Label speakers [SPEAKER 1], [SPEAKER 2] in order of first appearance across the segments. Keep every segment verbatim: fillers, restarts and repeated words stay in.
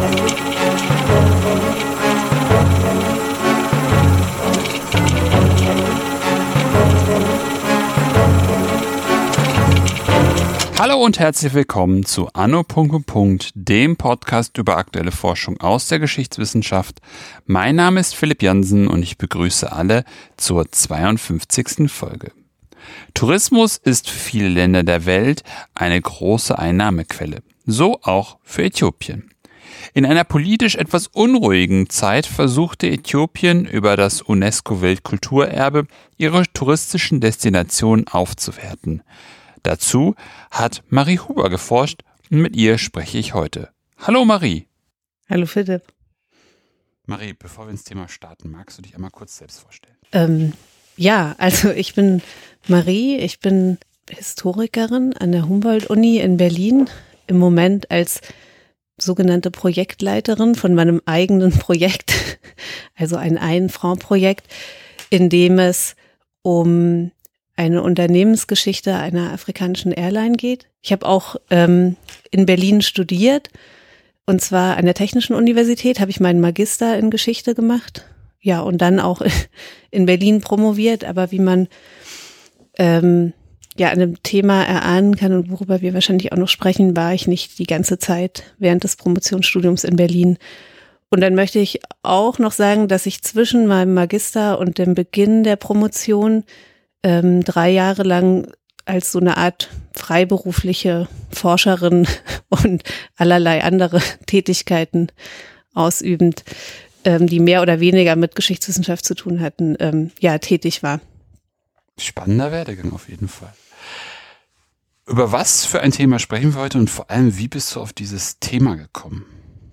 [SPEAKER 1] Hallo und herzlich willkommen zu Anno. dem Podcast über aktuelle Forschung aus der Geschichtswissenschaft. Mein Name ist Philipp Jansen und ich begrüße alle zur zweiundfünfzigsten Folge. Tourismus ist für viele Länder der Welt eine große Einnahmequelle, so auch für Äthiopien. In einer politisch etwas unruhigen Zeit versuchte Äthiopien über das UNESCO-Weltkulturerbe ihre touristischen Destinationen aufzuwerten. Dazu hat Marie Huber geforscht und mit ihr spreche ich heute. Hallo Marie.
[SPEAKER 2] Hallo Philipp.
[SPEAKER 1] Marie, bevor wir ins Thema starten, magst du dich einmal kurz selbst vorstellen?
[SPEAKER 2] Ähm, ja, also ich bin Marie, ich bin Historikerin an der Humboldt-Uni in Berlin, im Moment als sogenannte Projektleiterin von meinem eigenen Projekt, also ein Ein-Frau-Projekt, in dem es um eine Unternehmensgeschichte einer afrikanischen Airline geht. Ich habe auch ähm, in Berlin studiert, und zwar an der Technischen Universität habe ich meinen Magister in Geschichte gemacht. Ja, und dann auch in Berlin promoviert, aber wie man ähm, ja an einem Thema erahnen kann und worüber wir wahrscheinlich auch noch sprechen, war ich nicht die ganze Zeit während des Promotionsstudiums in Berlin. Und dann möchte ich auch noch sagen, dass ich zwischen meinem Magister und dem Beginn der Promotion ähm, drei Jahre lang als so eine Art freiberufliche Forscherin und allerlei andere Tätigkeiten ausübend, ähm, die mehr oder weniger mit Geschichtswissenschaft zu tun hatten, ähm, ja, tätig war.
[SPEAKER 1] Spannender Werdegang auf jeden Fall. Über was für ein Thema sprechen wir heute und vor allem, wie bist du auf dieses Thema gekommen?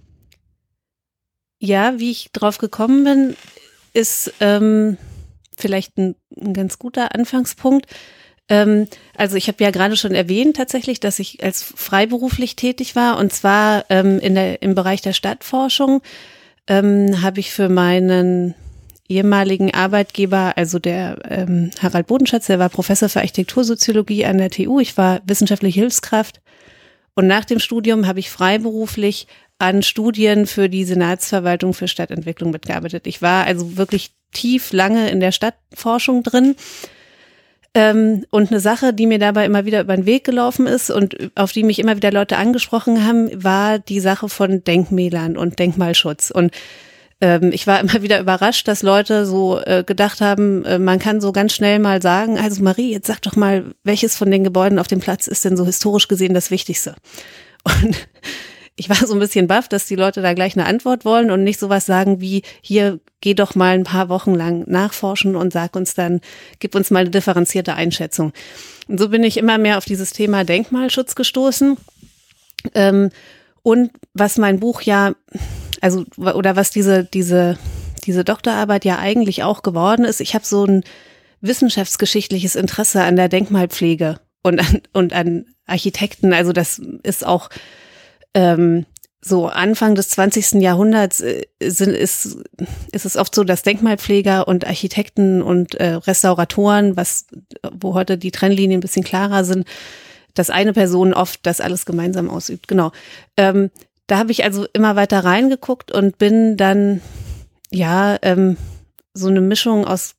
[SPEAKER 2] Ja, wie ich drauf gekommen bin, ist ähm, vielleicht ein, ein ganz guter Anfangspunkt. Ähm, also ich habe ja gerade schon erwähnt tatsächlich, dass ich als freiberuflich tätig war, und zwar ähm, in der, im Bereich der Stadtforschung ähm, habe ich für meinen ehemaligen Arbeitgeber, also der ähm, Harald Bodenschatz, der war Professor für Architektursoziologie an der T U, ich war wissenschaftliche Hilfskraft, und nach dem Studium habe ich freiberuflich an Studien für die Senatsverwaltung für Stadtentwicklung mitgearbeitet. Ich war also wirklich tief lange in der Stadtforschung drin. Ähm, und eine Sache, die mir dabei immer wieder über den Weg gelaufen ist und auf die mich immer wieder Leute angesprochen haben, war die Sache von Denkmälern und Denkmalschutz. Und ähm, ich war immer wieder überrascht, dass Leute so äh, gedacht haben, äh, man kann so ganz schnell mal sagen, also Marie, jetzt sag doch mal, welches von den Gebäuden auf dem Platz ist denn so historisch gesehen das Wichtigste? Und ich war so ein bisschen baff, dass die Leute da gleich eine Antwort wollen und nicht sowas sagen wie, hier, geh doch mal ein paar Wochen lang nachforschen und sag uns dann, gib uns mal eine differenzierte Einschätzung. Und so bin ich immer mehr auf dieses Thema Denkmalschutz gestoßen. Ähm, und was mein Buch ja, also, oder was diese, diese, diese Doktorarbeit ja eigentlich auch geworden ist, ich habe so ein wissenschaftsgeschichtliches Interesse an der Denkmalpflege und an, und an Architekten. Also das ist auch Ähm, so Anfang des zwanzigsten Jahrhunderts äh, sind, ist, ist es oft so, dass Denkmalpfleger und Architekten und äh, Restauratoren, was, wo heute die Trennlinien ein bisschen klarer sind, dass eine Person oft das alles gemeinsam ausübt. Genau. Ähm, da habe ich also immer weiter reingeguckt und bin dann, ja, ähm, so eine Mischung aus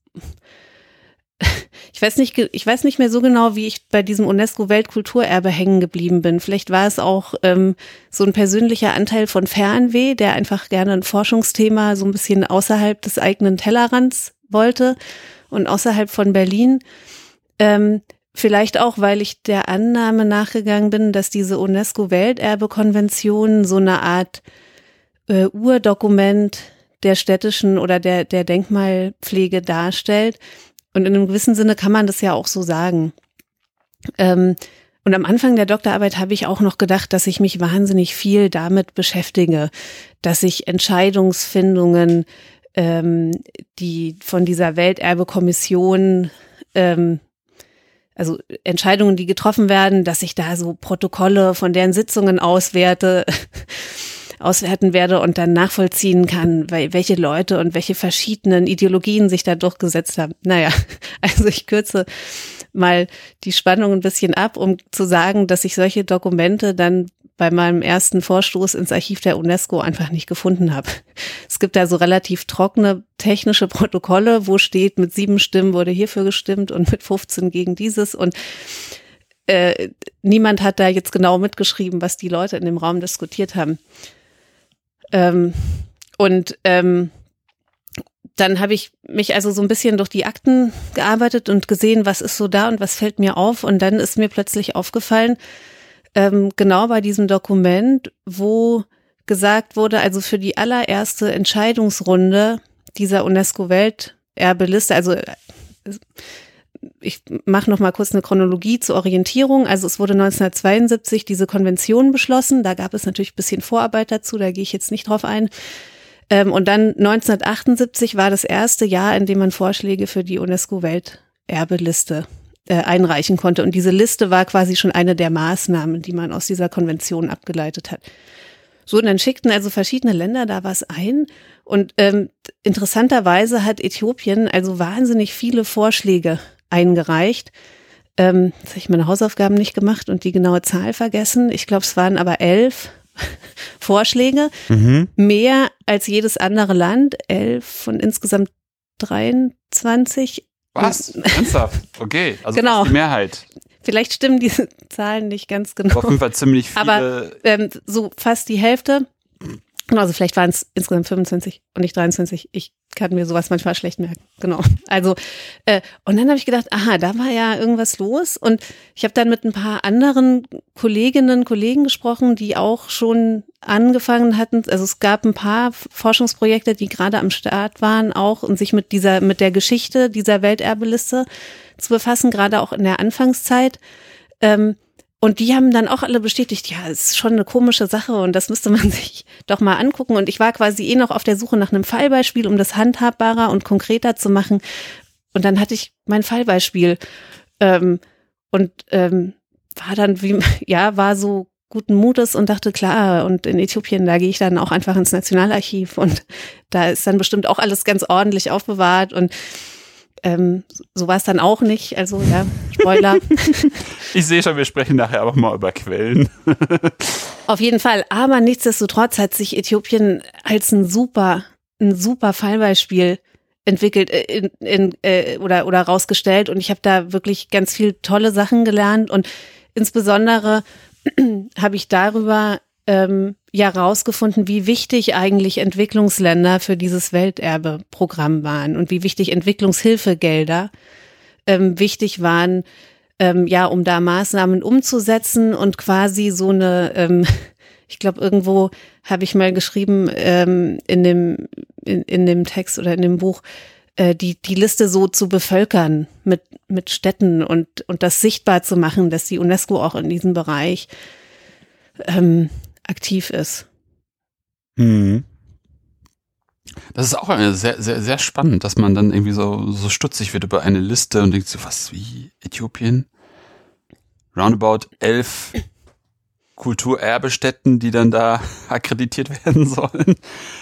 [SPEAKER 2] Ich weiß nicht, ich weiß nicht mehr so genau, wie ich bei diesem UNESCO-Weltkulturerbe hängen geblieben bin. Vielleicht war es auch ähm, so ein persönlicher Anteil von Fernweh, der einfach gerne ein Forschungsthema so ein bisschen außerhalb des eigenen Tellerrands wollte und außerhalb von Berlin. Ähm, vielleicht auch, weil ich der Annahme nachgegangen bin, dass diese UNESCO-Welterbe-Konvention so eine Art äh, Urdokument der städtischen oder der, der Denkmalpflege darstellt. Und in einem gewissen Sinne kann man das ja auch so sagen. Ähm, und am Anfang der Doktorarbeit habe ich auch noch gedacht, dass ich mich wahnsinnig viel damit beschäftige, dass ich Entscheidungsfindungen, ähm, die von dieser Welterbekommission, ähm, also Entscheidungen, die getroffen werden, dass ich da so Protokolle von deren Sitzungen auswerte, auswerten werde und dann nachvollziehen kann, weil welche Leute und welche verschiedenen Ideologien sich da durchgesetzt haben. Naja, also ich kürze mal die Spannung ein bisschen ab, um zu sagen, dass ich solche Dokumente dann bei meinem ersten Vorstoß ins Archiv der UNESCO einfach nicht gefunden habe. Es gibt da so relativ trockene technische Protokolle, wo steht, mit sieben Stimmen wurde hierfür gestimmt und mit fünfzehn gegen dieses und äh, niemand hat da jetzt genau mitgeschrieben, was die Leute in dem Raum diskutiert haben. Ähm, und ähm, dann habe ich mich also so ein bisschen durch die Akten gearbeitet und gesehen, was ist so da und was fällt mir auf. Und dann ist mir plötzlich aufgefallen, ähm, genau bei diesem Dokument, wo gesagt wurde, also für die allererste Entscheidungsrunde dieser UNESCO-Welterbeliste, also ich mache noch mal kurz eine Chronologie zur Orientierung. Also es wurde neunzehnhundertzweiundsiebzig diese Konvention beschlossen. Da gab es natürlich ein bisschen Vorarbeit dazu, da gehe ich jetzt nicht drauf ein. Und dann neunzehnhundertachtundsiebzig war das erste Jahr, in dem man Vorschläge für die UNESCO-Welterbeliste äh, einreichen konnte. Und diese Liste war quasi schon eine der Maßnahmen, die man aus dieser Konvention abgeleitet hat. So, und dann schickten also verschiedene Länder da was ein. Und ähm, interessanterweise hat Äthiopien also wahnsinnig viele Vorschläge eingereicht. Ähm, jetzt habe ich meine Hausaufgaben nicht gemacht und die genaue Zahl vergessen. Ich glaube, es waren aber elf Vorschläge, mhm. mehr als jedes andere Land, elf von insgesamt dreiundzwanzig.
[SPEAKER 1] Was? Ernsthaft? Okay, also
[SPEAKER 2] genau.
[SPEAKER 1] Die Mehrheit.
[SPEAKER 2] Vielleicht stimmen diese Zahlen nicht ganz genau.
[SPEAKER 1] Auf jeden Fall ziemlich viele.
[SPEAKER 2] Aber ähm, so fast die Hälfte. Also vielleicht waren es insgesamt fünfundzwanzig und nicht dreiundzwanzig. Ich kann mir sowas manchmal schlecht merken. Genau. Also äh, und dann habe ich gedacht, aha, da war ja irgendwas los. Und ich habe dann mit ein paar anderen Kolleginnen, Kollegen gesprochen, die auch schon angefangen hatten. Also es gab ein paar Forschungsprojekte, die gerade am Start waren auch und sich mit dieser, mit der Geschichte dieser Welterbeliste zu befassen, gerade auch in der Anfangszeit. Ähm, Und die haben dann auch alle bestätigt, ja, es ist schon eine komische Sache und das müsste man sich doch mal angucken. Und ich war quasi eh noch auf der Suche nach einem Fallbeispiel, um das handhabbarer und konkreter zu machen. Und dann hatte ich mein Fallbeispiel ähm, und ähm, war dann, wie, ja, war so guten Mutes und dachte, klar, und in Äthiopien, da gehe ich dann auch einfach ins Nationalarchiv und da ist dann bestimmt auch alles ganz ordentlich aufbewahrt und Ähm, so war es dann auch nicht, also ja, Spoiler.
[SPEAKER 1] Ich sehe schon, wir sprechen nachher aber mal über Quellen.
[SPEAKER 2] Auf jeden Fall, aber nichtsdestotrotz hat sich Äthiopien als ein super, ein super Fallbeispiel entwickelt in, in, äh, oder, oder rausgestellt und ich habe da wirklich ganz viel tolle Sachen gelernt und insbesondere habe ich darüber ähm, ja rausgefunden, wie wichtig eigentlich Entwicklungsländer für dieses Welterbe-Programm waren und wie wichtig Entwicklungshilfegelder ähm, wichtig waren, ähm, ja, um da Maßnahmen umzusetzen und quasi so eine, ähm, ich glaube, irgendwo habe ich mal geschrieben ähm, in dem in, in dem Text oder in dem Buch, äh, die die Liste so zu bevölkern mit mit Städten und und das sichtbar zu machen, dass die UNESCO auch in diesem Bereich ähm, aktiv ist.
[SPEAKER 1] Mhm. Das ist auch sehr, sehr, sehr spannend, dass man dann irgendwie so, so stutzig wird über eine Liste und denkt so, was, wie Äthiopien? Roundabout elf Kulturerbestätten, die dann da akkreditiert werden sollen.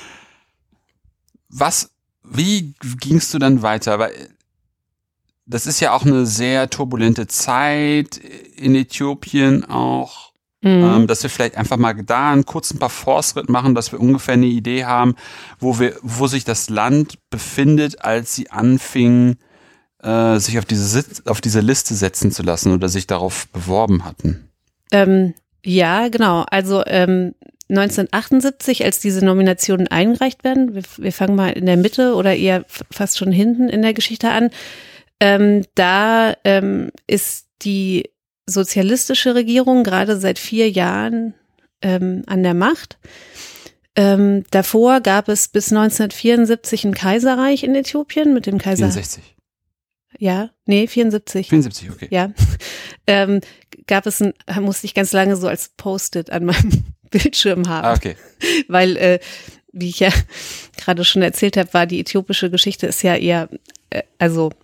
[SPEAKER 1] Was, wie gingst du dann weiter? Weil das ist ja auch eine sehr turbulente Zeit in Äthiopien auch. Mhm. Ähm, dass wir vielleicht einfach mal da einen kurzen paar Fortschritt machen, dass wir ungefähr eine Idee haben, wo wir, wo sich das Land befindet, als sie anfingen, äh, sich auf diese, auf diese Liste setzen zu lassen oder sich darauf beworben hatten.
[SPEAKER 2] Ähm, ja, genau. Also ähm, neunzehnhundertachtundsiebzig, als diese Nominationen eingereicht werden, wir, wir fangen mal in der Mitte oder eher fast schon hinten in der Geschichte an, ähm, da ähm, ist die sozialistische Regierung gerade seit vier Jahren ähm, an der Macht. Ähm, davor gab es bis neunzehnhundertvierundsiebzig ein Kaiserreich in Äthiopien mit dem Kaiser.
[SPEAKER 1] vierundsechzig.
[SPEAKER 2] Ja, nee, vierundsiebzig.
[SPEAKER 1] vierundsiebzig, okay.
[SPEAKER 2] Ja. Ähm, gab es ein, musste ich ganz lange so als Post-it an meinem Bildschirm haben.
[SPEAKER 1] Ah, okay.
[SPEAKER 2] Weil, äh, wie ich ja gerade schon erzählt habe, war die äthiopische Geschichte ist ja eher, äh, also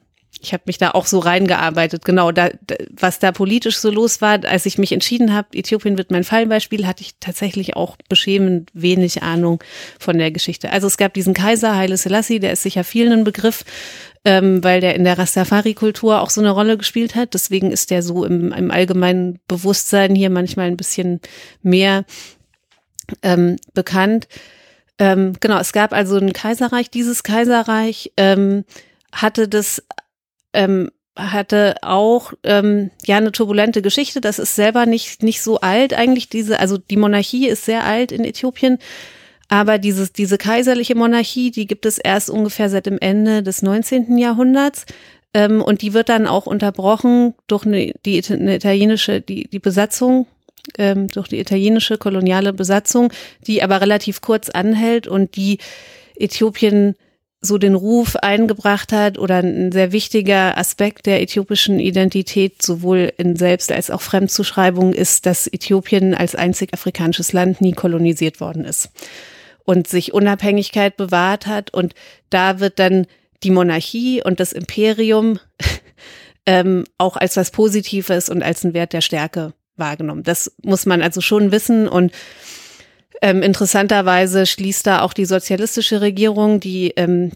[SPEAKER 2] ich habe mich da auch so reingearbeitet. Genau, da, da, was da politisch so los war, als ich mich entschieden habe, Äthiopien wird mein Fallbeispiel, hatte ich tatsächlich auch beschämend wenig Ahnung von der Geschichte. Also es gab diesen Kaiser, Haile Selassie, der ist sicher vielen ein Begriff, ähm, weil der in der Rastafari-Kultur auch so eine Rolle gespielt hat. Deswegen ist der so im, im allgemeinen Bewusstsein hier manchmal ein bisschen mehr ähm, bekannt. Ähm, genau, es gab also ein Kaiserreich. Dieses Kaiserreich ähm, hatte das ähm, hatte auch ähm, ja eine turbulente Geschichte. Das ist selber nicht nicht so alt eigentlich. Diese, also die Monarchie ist sehr alt in Äthiopien, aber dieses diese kaiserliche Monarchie, die gibt es erst ungefähr seit dem Ende des neunzehnten Jahrhunderts. Ähm, und die wird dann auch unterbrochen durch eine, die eine italienische die die Besatzung. Ähm, durch die italienische koloniale Besatzung, die aber relativ kurz anhält und die Äthiopien so den Ruf eingebracht hat oder ein sehr wichtiger Aspekt der äthiopischen Identität, sowohl in Selbst- als auch Fremdzuschreibung, ist, dass Äthiopien als einzig afrikanisches Land nie kolonisiert worden ist und sich Unabhängigkeit bewahrt hat. Und da wird dann die Monarchie und das Imperium ähm, auch als was Positives und als einen Wert der Stärke wahrgenommen. Das muss man also schon wissen und ähm, interessanterweise schließt da auch die sozialistische Regierung, die ähm,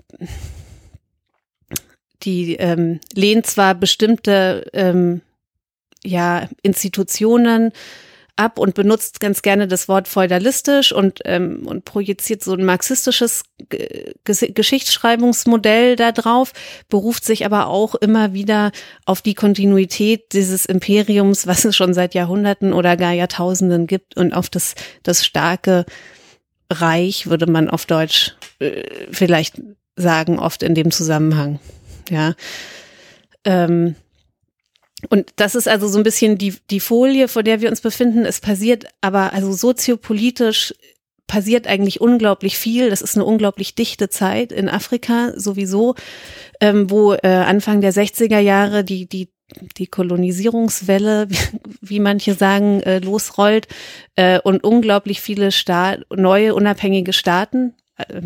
[SPEAKER 2] die ähm, lehnt zwar bestimmte ähm, ja Institutionen ab und benutzt ganz gerne das Wort feudalistisch und ähm, und projiziert so ein marxistisches G- G- Geschichtsschreibungsmodell da drauf, beruft sich aber auch immer wieder auf die Kontinuität dieses Imperiums, was es schon seit Jahrhunderten oder gar Jahrtausenden gibt und auf das das starke Reich, würde man auf Deutsch äh, vielleicht sagen, oft in dem Zusammenhang. Ja. Ähm, Und das ist also so ein bisschen die die Folie, vor der wir uns befinden. Es passiert aber, also soziopolitisch passiert eigentlich unglaublich viel. Das ist eine unglaublich dichte Zeit in Afrika sowieso, ähm, wo äh, Anfang der sechziger Jahre die die die Kolonisierungswelle, wie manche sagen, äh, losrollt äh, und unglaublich viele Staat, neue unabhängige Staaten, äh,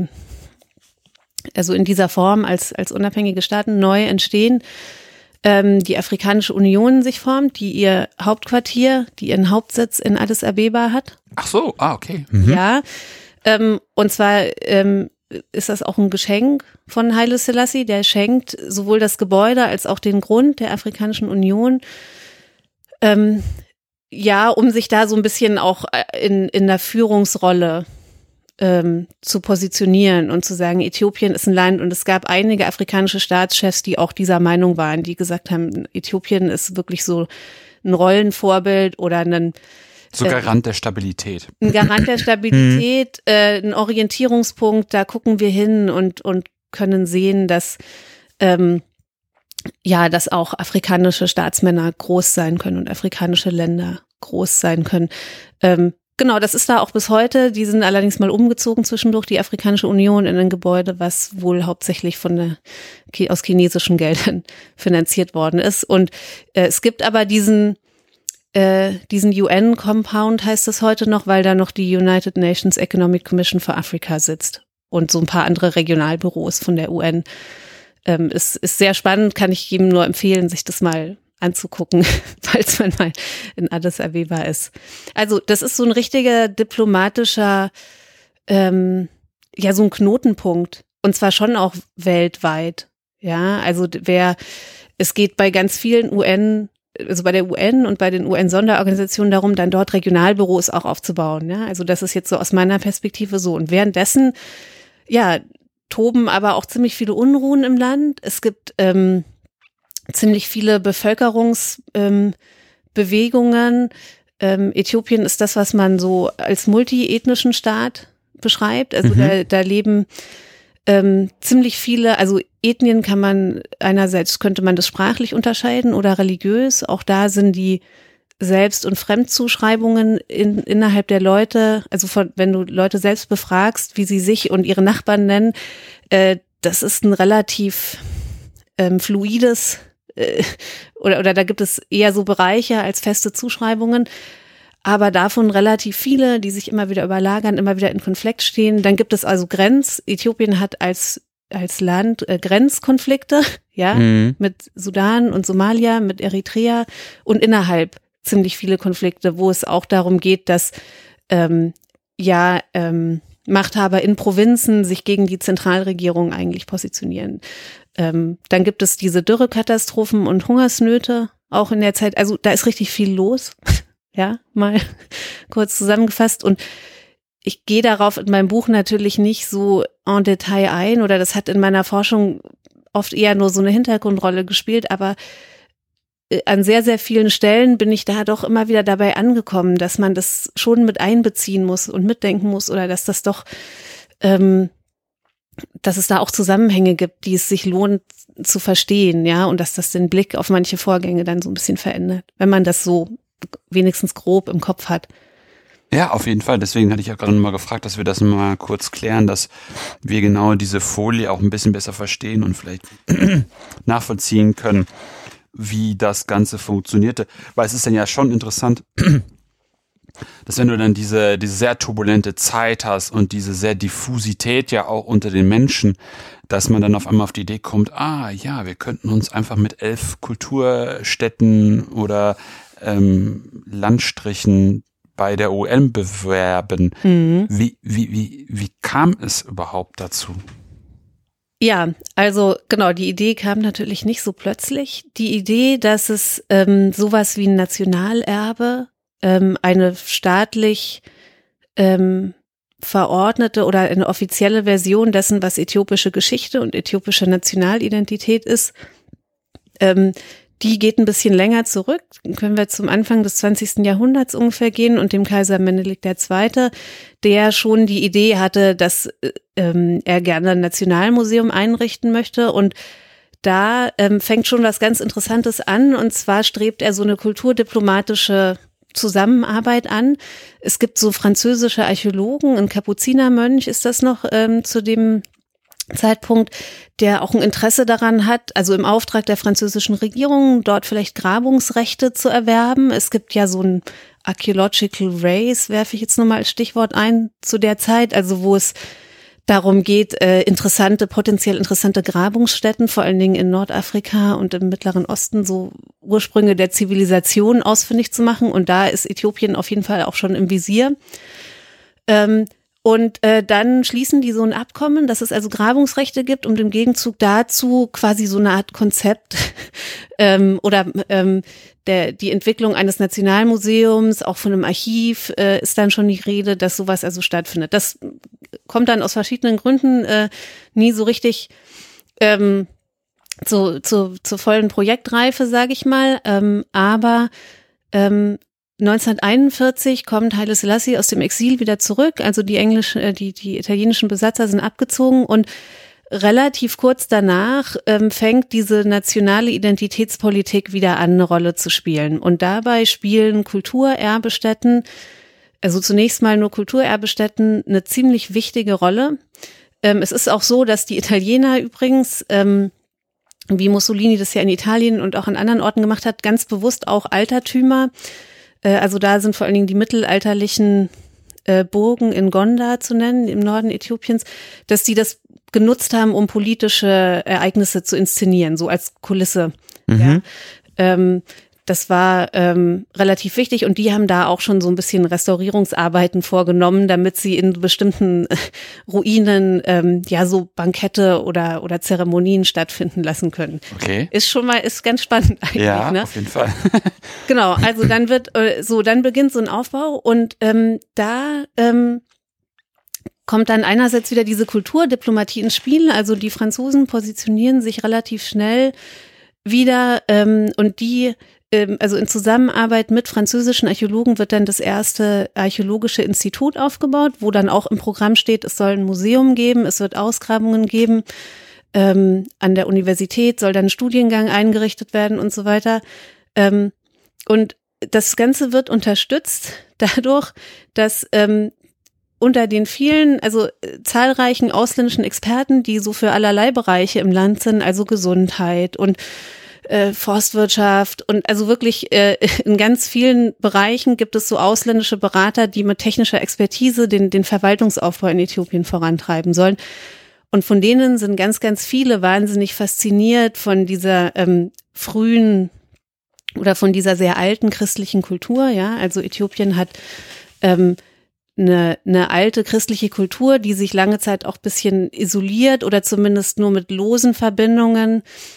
[SPEAKER 2] also in dieser Form als als unabhängige Staaten neu entstehen. Die Afrikanische Union sich formt, die ihr Hauptquartier, die ihren Hauptsitz in Addis Abeba hat.
[SPEAKER 1] Ach so, ah, okay.
[SPEAKER 2] Mhm. Ja, ähm, und zwar ähm, ist das auch ein Geschenk von Haile Selassie, der schenkt sowohl das Gebäude als auch den Grund der Afrikanischen Union, ähm, ja, um sich da so ein bisschen auch in, in der Führungsrolle Ähm, zu positionieren und zu sagen, Äthiopien ist ein Land, und es gab einige afrikanische Staatschefs, die auch dieser Meinung waren, die gesagt haben, Äthiopien ist wirklich so ein Rollenvorbild oder ein
[SPEAKER 1] So Garant äh, der Stabilität.
[SPEAKER 2] Ein Garant der Stabilität, äh, ein Orientierungspunkt, da gucken wir hin und und können sehen, dass ähm, ja, dass auch afrikanische Staatsmänner groß sein können und afrikanische Länder groß sein können. Ähm, Genau, das ist da auch bis heute. Die sind allerdings mal umgezogen zwischendurch, die Afrikanische Union, in ein Gebäude, was wohl hauptsächlich von der, aus chinesischen Geldern finanziert worden ist. Und äh, es gibt aber diesen, äh, diesen U N-Compound, heißt es heute noch, weil da noch die United Nations Economic Commission for Africa sitzt und so ein paar andere Regionalbüros von der U N. Ähm, ist, ist sehr spannend, kann ich jedem nur empfehlen, sich das mal anzugucken, falls man mal in Addis Abeba ist. Also das ist so ein richtiger diplomatischer, ähm, ja, so ein Knotenpunkt, und zwar schon auch weltweit. Ja, also wer, es geht bei ganz vielen U N, also bei der U N und bei den U N-Sonderorganisationen darum, dann dort Regionalbüros auch aufzubauen. Ja, also das ist jetzt so aus meiner Perspektive so. Und währenddessen, ja, toben aber auch ziemlich viele Unruhen im Land. Es gibt ähm, ziemlich viele Bevölkerungsbewegungen. Ähm, ähm, Äthiopien ist das, was man so als multiethnischen Staat beschreibt. Also mhm. da, da leben ähm, ziemlich viele, also Ethnien kann man einerseits, könnte man das sprachlich unterscheiden oder religiös. Auch da sind die Selbst- und Fremdzuschreibungen in, innerhalb der Leute, also von, wenn du Leute selbst befragst, wie sie sich und ihre Nachbarn nennen, äh, das ist ein relativ ähm, fluides Oder, oder da gibt es eher so Bereiche als feste Zuschreibungen, aber davon relativ viele, die sich immer wieder überlagern, immer wieder in Konflikt stehen. Dann gibt es also Grenz. Äthiopien hat als als Land äh, Grenzkonflikte, ja, mhm. mit Sudan und Somalia, mit Eritrea und innerhalb ziemlich viele Konflikte, wo es auch darum geht, dass ähm, ja ähm, Machthaber in Provinzen sich gegen die Zentralregierung eigentlich positionieren. Ähm, dann gibt es diese Dürrekatastrophen und Hungersnöte auch in der Zeit. Also da ist richtig viel los, ja, mal kurz zusammengefasst. Und ich gehe darauf in meinem Buch natürlich nicht so en Detail ein, oder das hat in meiner Forschung oft eher nur so eine Hintergrundrolle gespielt, aber an sehr, sehr vielen Stellen bin ich da doch immer wieder dabei angekommen, dass man das schon mit einbeziehen muss und mitdenken muss, oder dass das doch, ähm, dass es da auch Zusammenhänge gibt, die es sich lohnt zu verstehen, ja, und dass das den Blick auf manche Vorgänge dann so ein bisschen verändert, wenn man das so wenigstens grob im Kopf hat.
[SPEAKER 1] Ja, auf jeden Fall. Deswegen hatte ich ja gerade mal gefragt, dass wir das mal kurz klären, dass wir genau diese Folie auch ein bisschen besser verstehen und vielleicht nachvollziehen können, wie das Ganze funktionierte. Weil es ist dann ja schon interessant, dass wenn du dann diese, diese sehr turbulente Zeit hast und diese sehr Diffusität ja auch unter den Menschen, dass man dann auf einmal auf die Idee kommt, ah ja, wir könnten uns einfach mit elf Kulturstädten oder ähm, Landstrichen bei der U N bewerben. Mhm. Wie, wie, wie, wie kam es überhaupt dazu?
[SPEAKER 2] Ja, also genau, die Idee kam natürlich nicht so plötzlich. Die Idee, dass es ähm, sowas wie ein Nationalerbe, ähm, eine staatlich ähm, verordnete oder eine offizielle Version dessen, was äthiopische Geschichte und äthiopische Nationalidentität ist, ähm, die geht ein bisschen länger zurück. Dann können wir zum Anfang des zwanzigsten Jahrhunderts ungefähr gehen und dem Kaiser Menelik der Zweite., der schon die Idee hatte, dass ähm, er gerne ein Nationalmuseum einrichten möchte. Und da ähm, fängt schon was ganz Interessantes an. Und zwar strebt er so eine kulturdiplomatische Zusammenarbeit an. Es gibt so französische Archäologen, ein Kapuzinermönch ist das noch ähm, zu dem Zeitpunkt, der auch ein Interesse daran hat, also im Auftrag der französischen Regierung, dort vielleicht Grabungsrechte zu erwerben. Es gibt ja so ein Archaeological Race, werfe ich jetzt nochmal als Stichwort ein, zu der Zeit, also wo es darum geht, äh, interessante, potenziell interessante Grabungsstätten, vor allen Dingen in Nordafrika und im Mittleren Osten, so Ursprünge der Zivilisation ausfindig zu machen. Und da ist Äthiopien auf jeden Fall auch schon im Visier. Ähm, Und äh, dann schließen die so ein Abkommen, dass es also Grabungsrechte gibt und im Gegenzug dazu quasi so eine Art Konzept ähm, oder ähm, der, die Entwicklung eines Nationalmuseums, auch von einem Archiv äh, ist dann schon die Rede, dass sowas also stattfindet. Das kommt dann aus verschiedenen Gründen äh, nie so richtig ähm, zu, zu, zur vollen Projektreife, sage ich mal, ähm, aber ähm, neunzehnhunderteinundvierzig kommt Haile Selassie aus dem Exil wieder zurück, also die englischen, die, die italienischen Besatzer sind abgezogen und relativ kurz danach ähm, fängt diese nationale Identitätspolitik wieder an, eine Rolle zu spielen. Und dabei spielen Kulturerbestätten, also zunächst mal nur Kulturerbestätten, eine ziemlich wichtige Rolle. Ähm, es ist auch so, dass die Italiener übrigens, ähm, wie Mussolini das ja in Italien und auch an anderen Orten gemacht hat, ganz bewusst auch Altertümer, also da sind vor allen Dingen die mittelalterlichen äh, Burgen in Gondar zu nennen, im Norden Äthiopiens, dass die das genutzt haben, um politische Ereignisse zu inszenieren, so als Kulisse. Mhm. Ja. Ähm, das war ähm, relativ wichtig und die haben da auch schon so ein bisschen Restaurierungsarbeiten vorgenommen, damit sie in bestimmten Ruinen ähm, ja so Bankette oder oder Zeremonien stattfinden lassen können.
[SPEAKER 1] Okay.
[SPEAKER 2] Ist schon mal, ist ganz spannend eigentlich.
[SPEAKER 1] Ja,
[SPEAKER 2] ne?
[SPEAKER 1] Auf jeden Fall.
[SPEAKER 2] Genau, also dann wird äh, so, dann beginnt so ein Aufbau und ähm, da ähm, kommt dann einerseits wieder diese Kulturdiplomatie ins Spiel, also die Franzosen positionieren sich relativ schnell wieder ähm, und die also in Zusammenarbeit mit französischen Archäologen wird dann das erste archäologische Institut aufgebaut, wo dann auch im Programm steht, es soll ein Museum geben, es wird Ausgrabungen geben, ähm, an der Universität soll dann ein Studiengang eingerichtet werden und so weiter. Ähm, und das Ganze wird unterstützt dadurch, dass ähm, unter den vielen, also äh, zahlreichen ausländischen Experten, die so für allerlei Bereiche im Land sind, also Gesundheit und Äh, Forstwirtschaft und also wirklich äh, in ganz vielen Bereichen gibt es so ausländische Berater, die mit technischer Expertise den, den Verwaltungsaufbau in Äthiopien vorantreiben sollen. Und von denen sind ganz, ganz viele wahnsinnig fasziniert von dieser ähm, frühen oder von dieser sehr alten christlichen Kultur. Ja, also Äthiopien hat ähm, eine, eine alte christliche Kultur, die sich lange Zeit auch ein bisschen isoliert oder zumindest nur mit losen Verbindungen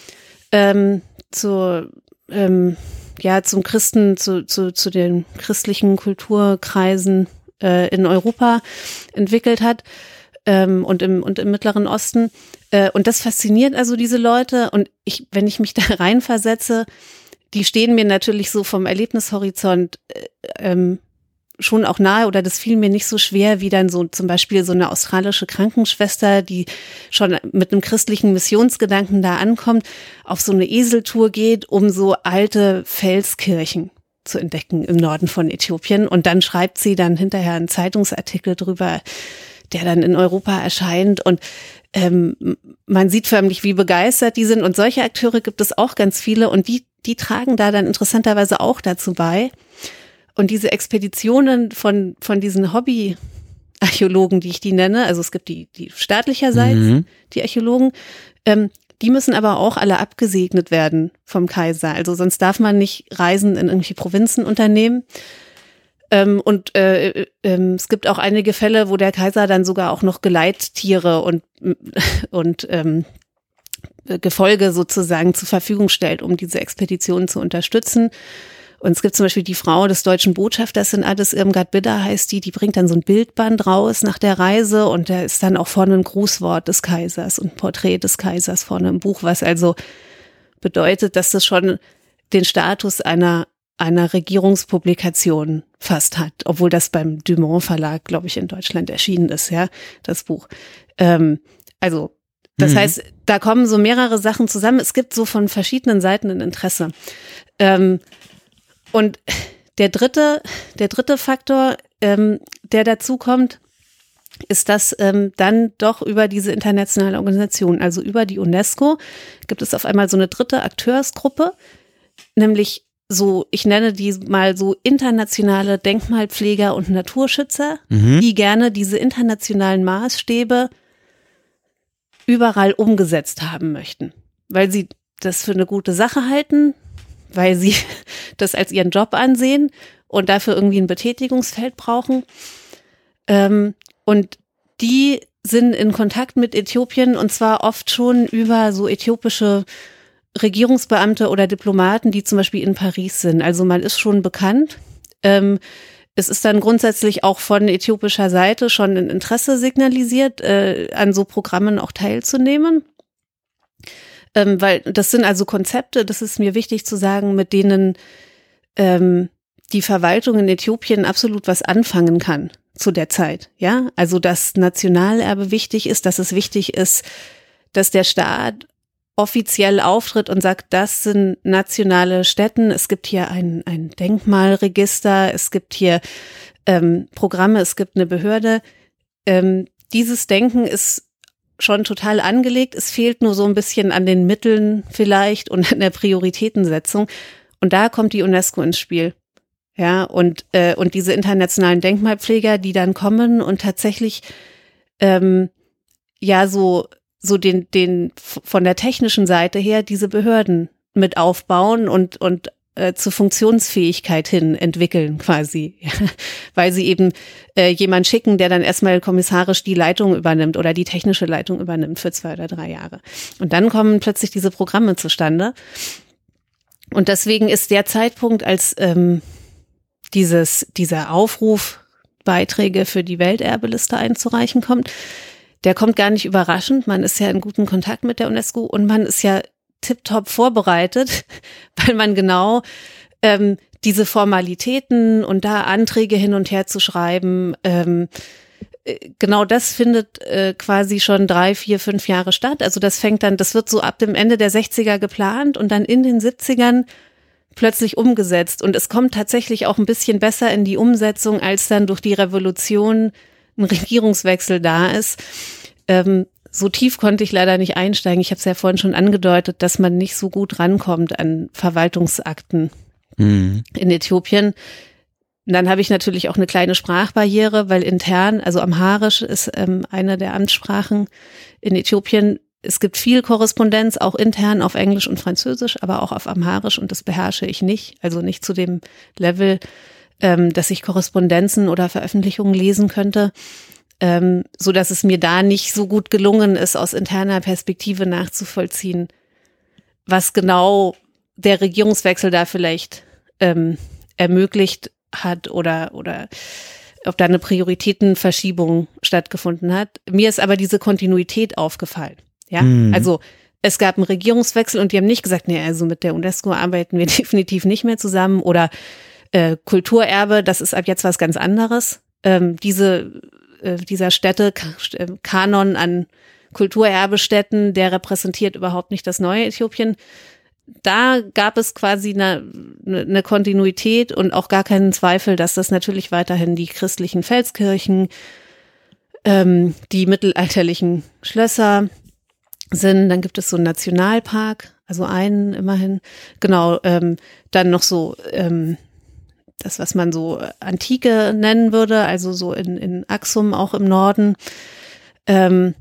[SPEAKER 2] ähm, zur, ähm, ja, zum Christen, zu, zu, zu den christlichen Kulturkreisen äh, in Europa entwickelt hat. Und im, und im Mittleren Osten. Und das fasziniert also diese Leute. Und ich, wenn ich mich da reinversetze, die stehen mir natürlich so vom Erlebnishorizont ähm, schon auch nahe, oder das fiel mir nicht so schwer wie dann so zum Beispiel so eine australische Krankenschwester, die schon mit einem christlichen Missionsgedanken da ankommt, auf so eine Eseltour geht, um so alte Felskirchen zu entdecken im Norden von Äthiopien. Und dann schreibt sie dann hinterher einen Zeitungsartikel drüber, der dann in Europa erscheint, und ähm, man sieht förmlich, wie begeistert die sind, und solche Akteure gibt es auch ganz viele, und die die tragen da dann interessanterweise auch dazu bei. Und diese Expeditionen von von diesen Hobby-Archäologen, die ich die nenne, also es gibt die die staatlicherseits, mhm. die Archäologen, ähm, die müssen aber auch alle abgesegnet werden vom Kaiser, also sonst darf man nicht Reisen in irgendwelche Provinzen unternehmen. Ähm, und äh, äh, es gibt auch einige Fälle, wo der Kaiser dann sogar auch noch Geleittiere und, und ähm, Gefolge sozusagen zur Verfügung stellt, um diese Expeditionen zu unterstützen. Und es gibt zum Beispiel die Frau des deutschen Botschafters in Addis, Irmgard Bidder heißt die, die bringt dann so ein Bildband raus nach der Reise, und da ist dann auch vorne ein Grußwort des Kaisers und ein Porträt des Kaisers vorne im Buch, was also bedeutet, dass das schon den Status einer einer Regierungspublikation fast hat, obwohl das beim Dumont Verlag, glaube ich, in Deutschland erschienen ist, ja, das Buch. Ähm, also, das mhm. heißt, da kommen so mehrere Sachen zusammen. Es gibt so von verschiedenen Seiten ein Interesse. Ähm, und der dritte, der dritte Faktor, ähm, der dazu kommt, ist, dass ähm, dann doch über diese internationale Organisation, also über die UNESCO, gibt es auf einmal so eine dritte Akteursgruppe, nämlich so, ich nenne die mal so internationale Denkmalpfleger und Naturschützer, mhm. die gerne diese internationalen Maßstäbe überall umgesetzt haben möchten, weil sie das für eine gute Sache halten, weil sie das als ihren Job ansehen und dafür irgendwie ein Betätigungsfeld brauchen. Ähm, und die sind in Kontakt mit Äthiopien, und zwar oft schon über so äthiopische Regierungsbeamte oder Diplomaten, die zum Beispiel in Paris sind. Also man ist schon bekannt. Ähm, es ist dann grundsätzlich auch von äthiopischer Seite schon ein Interesse signalisiert, äh, an so Programmen auch teilzunehmen. Ähm, weil das sind also Konzepte, das ist mir wichtig zu sagen, mit denen ähm, die Verwaltung in Äthiopien absolut was anfangen kann zu der Zeit. Ja, also dass Nationalerbe wichtig ist, dass es wichtig ist, dass der Staat offiziell auftritt und sagt, das sind nationale Stätten, es gibt hier ein, ein Denkmalregister, es gibt hier ähm, Programme, es gibt eine Behörde. Ähm, dieses Denken ist schon total angelegt, es fehlt nur so ein bisschen an den Mitteln vielleicht und an der Prioritätensetzung, und da kommt die UNESCO ins Spiel. Ja, und äh, und diese internationalen Denkmalpfleger, die dann kommen und tatsächlich ähm, ja so so den, den von der technischen Seite her diese Behörden mit aufbauen und, und äh, zur Funktionsfähigkeit hin entwickeln quasi, ja. Weil sie eben äh, jemand schicken, der dann erstmal kommissarisch die Leitung übernimmt oder die technische Leitung übernimmt für zwei oder drei Jahre. Und dann kommen plötzlich diese Programme zustande. Und deswegen ist der Zeitpunkt, als ähm, dieses dieser Aufruf, Beiträge für die Welterbeliste einzureichen kommt, der kommt gar nicht überraschend. Man ist ja in gutem Kontakt mit der UNESCO und man ist ja tipptopp vorbereitet, weil man genau ähm, diese Formalitäten und da Anträge hin und her zu schreiben, ähm, genau das findet äh, quasi schon drei, vier, fünf Jahre statt. Also das fängt dann, das wird so ab dem Ende der sechziger geplant und dann in den siebzigern plötzlich umgesetzt. Und es kommt tatsächlich auch ein bisschen besser in die Umsetzung, als dann durch die Revolution ein Regierungswechsel da ist. Ähm, so tief konnte ich leider nicht einsteigen. Ich habe es ja vorhin schon angedeutet, dass man nicht so gut rankommt an Verwaltungsakten mhm. in Äthiopien. Und dann habe ich natürlich auch eine kleine Sprachbarriere, weil intern, also Amharisch ist ähm, eine der Amtssprachen in Äthiopien. Es gibt viel Korrespondenz, auch intern auf Englisch und Französisch, aber auch auf Amharisch und das beherrsche ich nicht. Also nicht zu dem Level, ähm, dass ich Korrespondenzen oder Veröffentlichungen lesen könnte, ähm, so dass es mir da nicht so gut gelungen ist, aus interner Perspektive nachzuvollziehen, was genau der Regierungswechsel da vielleicht ähm, ermöglicht hat oder oder ob da eine Prioritätenverschiebung stattgefunden hat. Mir ist aber diese Kontinuität aufgefallen. Ja, mhm. Also es gab einen Regierungswechsel und die haben nicht gesagt, nee, also mit der UNESCO arbeiten wir definitiv nicht mehr zusammen oder äh, Kulturerbe, das ist ab jetzt was ganz anderes. Ähm, diese äh, dieser Städte Kanon an Kulturerbestätten, der repräsentiert überhaupt nicht das neue Äthiopien. Da gab es quasi eine, eine Kontinuität und auch gar keinen Zweifel, dass das natürlich weiterhin die christlichen Felskirchen, ähm, die mittelalterlichen Schlösser sind. Dann gibt es so einen Nationalpark, also einen immerhin. Genau, ähm, dann noch so ähm, das, was man so Antike nennen würde, also so in, in Aksum, auch im Norden. Ähm,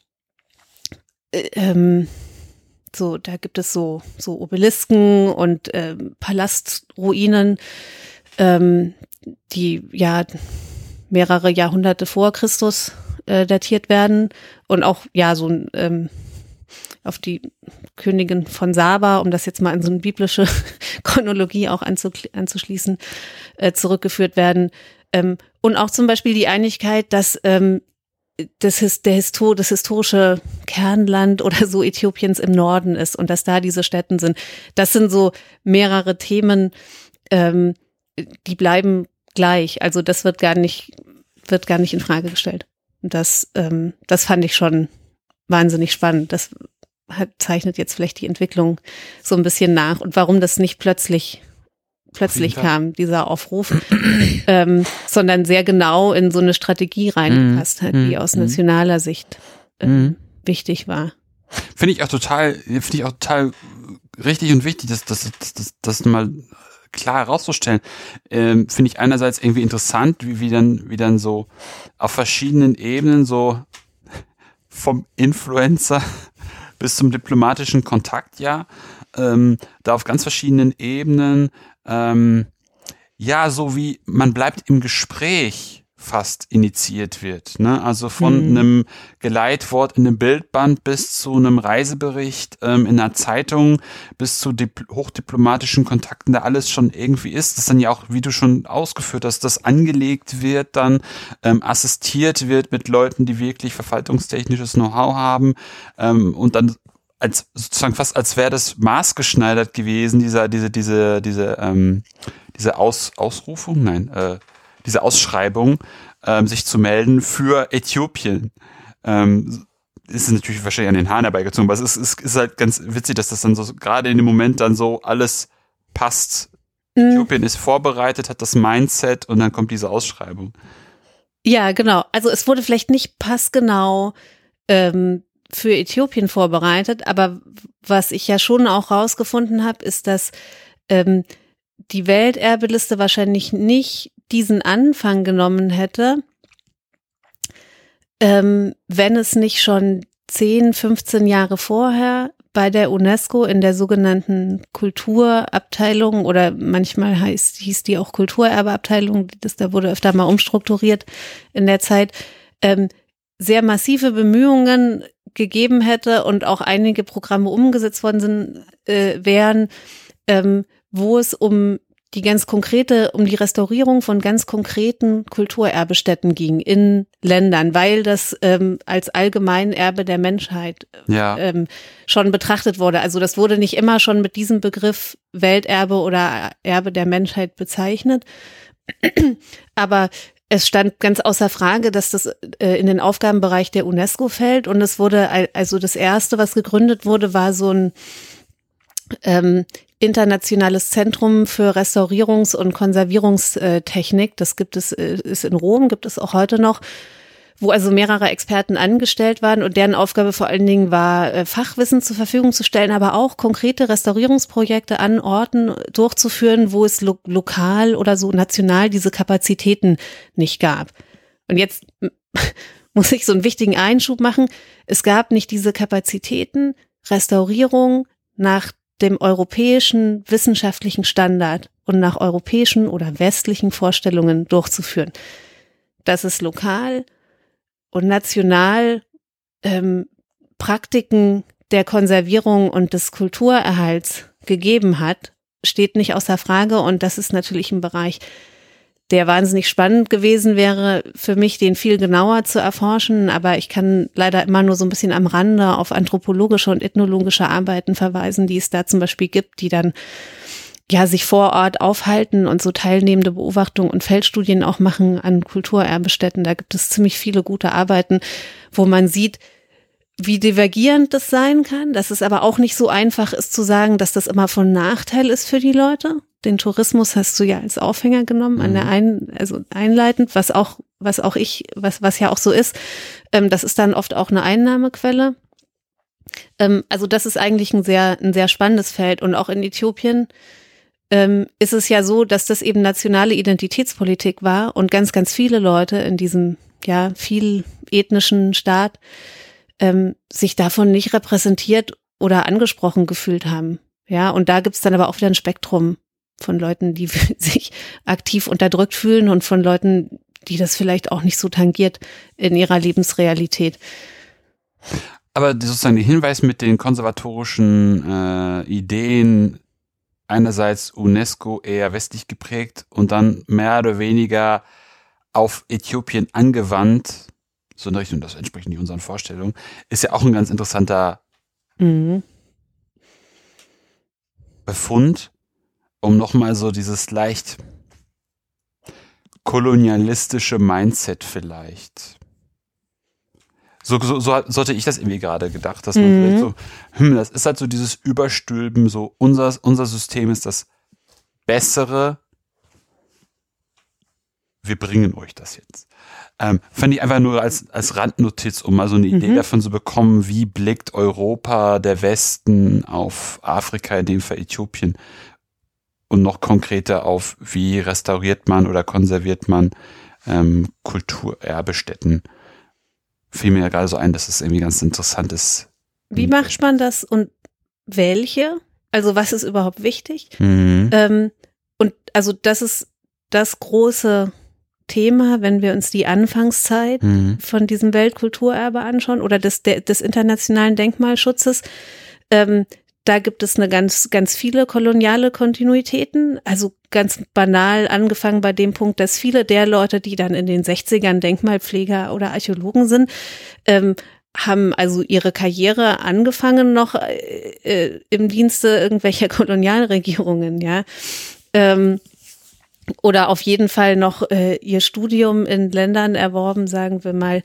[SPEAKER 2] äh, ähm, So, da gibt es so so Obelisken und ähm, Palastruinen, ähm, die ja mehrere Jahrhunderte vor Christus äh, datiert werden und auch ja so ähm, auf die Königin von Saba, um das jetzt mal in so eine biblische Chronologie auch anzu- anzuschließen, äh, zurückgeführt werden. Ähm, und auch zum Beispiel die Einigkeit, dass ähm, Das, der Histo- das historische Kernland oder so Äthiopiens im Norden ist und dass da diese Stätten sind. Das sind so mehrere Themen, ähm, die bleiben gleich. Also das wird gar nicht, wird gar nicht in Frage gestellt. Und das, ähm, das fand ich schon wahnsinnig spannend. Das hat, zeichnet jetzt vielleicht die Entwicklung so ein bisschen nach und warum das nicht plötzlich plötzlich kam, dieser Aufruf, ähm, sondern sehr genau in so eine Strategie reingepasst hat, die aus nationaler Sicht äh, mm. wichtig war.
[SPEAKER 1] Finde ich auch total, finde ich auch total richtig und wichtig, das, das, das, das mal klar herauszustellen. Ähm, finde ich einerseits irgendwie interessant, wie, wie dann, wie dann so auf verschiedenen Ebenen so vom Influencer bis zum diplomatischen Kontakt, ja, ähm, da auf ganz verschiedenen Ebenen Ähm, ja, so wie man bleibt im Gespräch fast initiiert wird, ne? Also von mhm. einem Geleitwort in einem Bildband bis zu einem Reisebericht ähm, in einer Zeitung bis zu dip- hochdiplomatischen Kontakten, da alles schon irgendwie ist, das dann ja auch, wie du schon ausgeführt hast, das angelegt wird, dann ähm, assistiert wird mit Leuten, die wirklich verwaltungstechnisches Know-how haben ähm, und dann als sozusagen fast als wäre das maßgeschneidert gewesen, dieser, diese, diese, diese, ähm, diese Aus, Ausrufung, nein, äh, diese Ausschreibung, ähm, sich zu melden für Äthiopien. Ähm, ist natürlich wahrscheinlich an den Haaren herbeigezogen, aber es ist, ist, ist halt ganz witzig, dass das dann so gerade in dem Moment dann so alles passt. Mhm. Äthiopien ist vorbereitet, hat das Mindset und dann kommt diese Ausschreibung.
[SPEAKER 2] Ja, genau. Also es wurde vielleicht nicht passgenau ähm, für Äthiopien vorbereitet, aber was ich ja schon auch rausgefunden habe, ist, dass ähm, die Welterbeliste wahrscheinlich nicht diesen Anfang genommen hätte, ähm, wenn es nicht schon zehn, fünfzehn Jahre vorher bei der UNESCO in der sogenannten Kulturabteilung oder manchmal heißt, hieß die auch Kulturerbeabteilung, das da wurde öfter mal umstrukturiert in der Zeit, ähm, sehr massive Bemühungen gegeben hätte und auch einige Programme umgesetzt worden sind, äh, wären, ähm, wo es um die ganz konkrete, um die Restaurierung von ganz konkreten Kulturerbestätten ging in Ländern, weil das ähm, als Allgemeinerbe der Menschheit
[SPEAKER 1] ja.
[SPEAKER 2] ähm, schon betrachtet wurde. Also das wurde nicht immer schon mit diesem Begriff Welterbe oder Erbe der Menschheit bezeichnet, aber es stand ganz außer Frage, dass das äh, in den Aufgabenbereich der UNESCO fällt und es wurde, also das erste, was gegründet wurde, war so ein ähm, internationales Zentrum für Restaurierungs- und Konservierungstechnik. Das gibt es, ist in Rom, gibt es auch heute noch, wo also mehrere Experten angestellt waren und deren Aufgabe vor allen Dingen war, Fachwissen zur Verfügung zu stellen, aber auch konkrete Restaurierungsprojekte an Orten durchzuführen, wo es lo- lokal oder so national diese Kapazitäten nicht gab. Und jetzt muss ich so einen wichtigen Einschub machen. Es gab nicht diese Kapazitäten, Restaurierung nach dem europäischen wissenschaftlichen Standard und nach europäischen oder westlichen Vorstellungen durchzuführen. Dass es lokal und national ähm, Praktiken der Konservierung und des Kulturerhalts gegeben hat, steht nicht außer Frage. Und das ist natürlich ein Bereich, der wahnsinnig spannend gewesen wäre für mich, den viel genauer zu erforschen. Aber ich kann leider immer nur so ein bisschen am Rande auf anthropologische und ethnologische Arbeiten verweisen, die es da zum Beispiel gibt, die dann ja sich vor Ort aufhalten und so teilnehmende Beobachtungen und Feldstudien auch machen an Kulturerbestätten. Da gibt es ziemlich viele gute Arbeiten, wo man sieht, wie divergierend das sein kann, dass es aber auch nicht so einfach ist zu sagen, dass das immer von Nachteil ist für die Leute. Den Tourismus hast du ja als Aufhänger genommen, an der ein, also einleitend, was auch, was auch ich, was, was ja auch so ist. Ähm, das ist dann oft auch eine Einnahmequelle. Ähm, also das ist eigentlich ein sehr, ein sehr spannendes Feld. Und auch in Äthiopien ähm, ist es ja so, dass das eben nationale Identitätspolitik war und ganz, ganz viele Leute in diesem, ja, viel ethnischen Staat ähm, sich davon nicht repräsentiert oder angesprochen gefühlt haben. Ja, und da gibt's dann aber auch wieder ein Spektrum von Leuten, die sich aktiv unterdrückt fühlen und von Leuten, die das vielleicht auch nicht so tangiert in ihrer Lebensrealität.
[SPEAKER 1] Aber sozusagen der Hinweis mit den konservatorischen äh, Ideen, einerseits UNESCO eher westlich geprägt und dann mehr oder weniger auf Äthiopien angewandt, so in Richtung, das entspricht nicht unseren Vorstellungen, ist ja auch ein ganz interessanter mhm. Befund, um nochmal so dieses leicht kolonialistische Mindset vielleicht. So, so, so, so hatte ich das irgendwie gerade gedacht, dass man mhm. vielleicht so, hm, das ist halt so dieses Überstülpen, so unser, unser System ist das Bessere, wir bringen euch das jetzt. Ähm, fand ich einfach nur als, als Randnotiz, um mal so eine Idee mhm. davon zu bekommen, wie blickt Europa, der Westen auf Afrika, in dem Fall Äthiopien, und noch konkreter auf, wie restauriert man oder konserviert man ähm, Kulturerbestätten. Fiel mir ja gerade so ein, dass es irgendwie ganz interessant ist.
[SPEAKER 2] Wie macht man das und welche? Also was ist überhaupt wichtig?
[SPEAKER 1] Mhm.
[SPEAKER 2] Ähm, und also das ist das große Thema, wenn wir uns die Anfangszeit mhm. von diesem Weltkulturerbe anschauen oder des, des internationalen Denkmalschutzes. Ähm, da gibt es eine ganz, ganz viele koloniale Kontinuitäten. Also ganz banal angefangen bei dem Punkt, dass viele der Leute, die dann in den sechzigern Denkmalpfleger oder Archäologen sind, ähm, haben also ihre Karriere angefangen noch äh, im Dienste irgendwelcher Kolonialregierungen, ja. Ähm, oder auf jeden Fall noch äh, ihr Studium in Ländern erworben, sagen wir mal.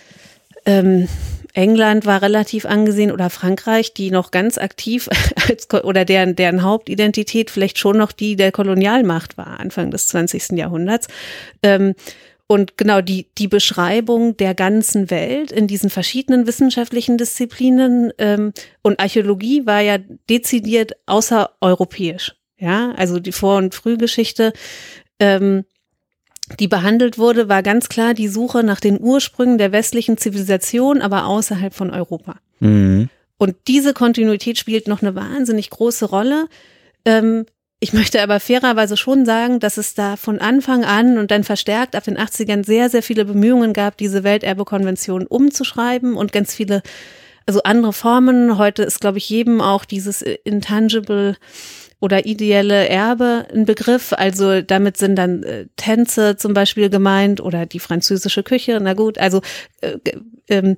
[SPEAKER 2] Ähm, England war relativ angesehen oder Frankreich, die noch ganz aktiv als, oder deren, deren Hauptidentität vielleicht schon noch die der Kolonialmacht war, Anfang des zwanzigsten Jahrhunderts. Ähm, und genau die, die Beschreibung der ganzen Welt in diesen verschiedenen wissenschaftlichen Disziplinen ähm, und Archäologie war ja dezidiert außereuropäisch. Ja, also die Vor- und Frühgeschichte, ähm, die behandelt wurde, war ganz klar die Suche nach den Ursprüngen der westlichen Zivilisation, aber außerhalb von Europa.
[SPEAKER 1] Mhm.
[SPEAKER 2] Und diese Kontinuität spielt noch eine wahnsinnig große Rolle. Ähm, ich möchte aber fairerweise schon sagen, dass es da von Anfang an und dann verstärkt ab den achtzigern sehr, sehr viele Bemühungen gab, diese Welterbekonvention umzuschreiben und ganz viele, also andere Formen. Heute ist, glaube ich, jedem auch dieses Intangible oder ideelle Erbe ein Begriff, also damit sind dann äh, Tänze zum Beispiel gemeint oder die französische Küche, na gut, also äh, ähm,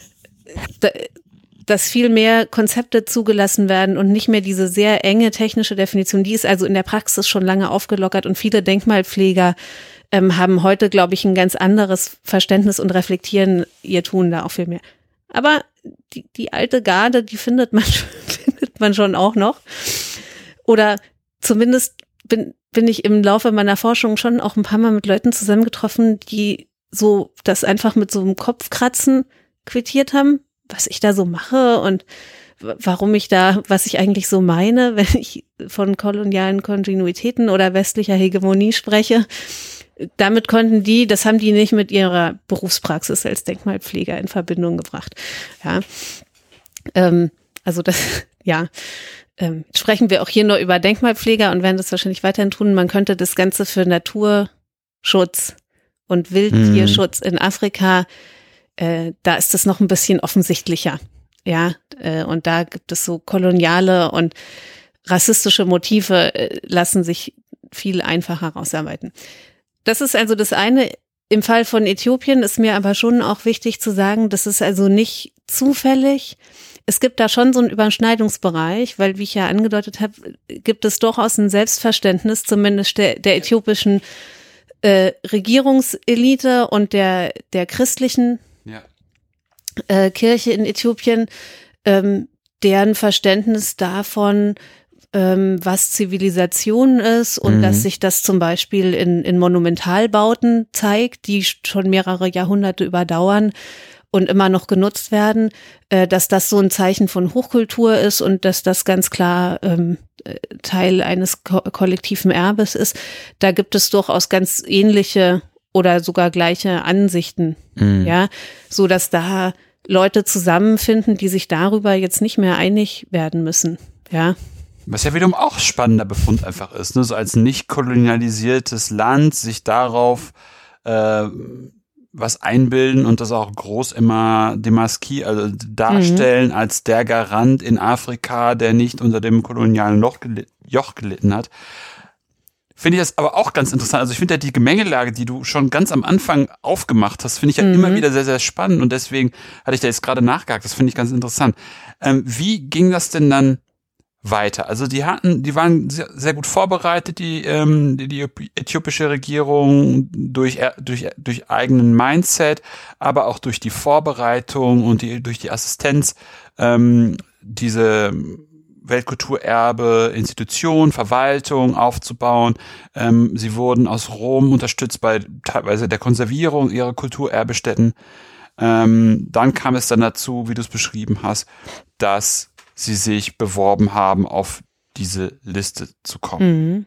[SPEAKER 2] da, dass viel mehr Konzepte zugelassen werden und nicht mehr diese sehr enge technische Definition, die ist also in der Praxis schon lange aufgelockert und viele Denkmalpfleger ähm, haben heute, glaube ich, ein ganz anderes Verständnis und reflektieren ihr Tun da auch viel mehr. Aber die, die alte Garde, die findet man, findet man schon auch noch. Oder zumindest bin, bin ich im Laufe meiner Forschung schon auch ein paar Mal mit Leuten zusammengetroffen, die so das einfach mit so einem Kopfkratzen quittiert haben, was ich da so mache und warum ich da, was ich eigentlich so meine, wenn ich von kolonialen Kontinuitäten oder westlicher Hegemonie spreche. Damit konnten die, das haben die nicht mit ihrer Berufspraxis als Denkmalpfleger in Verbindung gebracht. Ja, ähm, also das, ja, ähm, sprechen wir auch hier nur über Denkmalpfleger und werden das wahrscheinlich weiterhin tun. Man könnte das Ganze für Naturschutz und Wildtierschutz mhm. in Afrika, äh, da ist das noch ein bisschen offensichtlicher. Ja, äh, und da gibt es so koloniale und rassistische Motive, äh, lassen sich viel einfacher rausarbeiten. Das ist also das eine. Im Fall von Äthiopien ist mir aber schon auch wichtig zu sagen, das ist also nicht zufällig. Es gibt da schon so einen Überschneidungsbereich, weil, wie ich ja angedeutet habe, gibt es durchaus ein Selbstverständnis, zumindest der, der äthiopischen äh, Regierungselite und der, der christlichen ja. äh, Kirche in Äthiopien, ähm, deren Verständnis davon, ähm, was Zivilisation ist und mhm. dass sich das zum Beispiel in, in Monumentalbauten zeigt, die schon mehrere Jahrhunderte überdauern und immer noch genutzt werden, äh, dass das so ein Zeichen von Hochkultur ist und dass das ganz klar ähm, Teil eines ko- kollektiven Erbes ist. Da gibt es durchaus ganz ähnliche oder sogar gleiche Ansichten, mhm. ja, so dass da Leute zusammenfinden, die sich darüber jetzt nicht mehr einig werden müssen, ja.
[SPEAKER 1] Was ja wiederum auch spannender Befund einfach ist, ne? So als nicht kolonialisiertes Land sich darauf äh, was einbilden und das auch groß immer demaskieren, also darstellen mhm. als der Garant in Afrika, der nicht unter dem kolonialen Loch gel- Joch gelitten hat. Finde ich das aber auch ganz interessant. Also ich finde ja die Gemengelage, die du schon ganz am Anfang aufgemacht hast, finde ich ja mhm. immer wieder sehr, sehr spannend und deswegen hatte ich da jetzt gerade nachgehakt. Das finde ich ganz interessant. Ähm, wie ging das denn dann weiter? Also die hatten, die waren sehr, sehr gut vorbereitet, die, ähm, die, die äthiopische Regierung durch, durch, durch eigenen Mindset, aber auch durch die Vorbereitung und die, durch die Assistenz, ähm, diese Weltkulturerbe, Institution, Verwaltung aufzubauen. Ähm, sie wurden aus Rom unterstützt bei teilweise der Konservierung ihrer Kulturerbestätten. Ähm, dann kam es dann dazu, wie du es beschrieben hast, dass sie sich beworben haben, auf diese Liste zu kommen.
[SPEAKER 2] Mhm.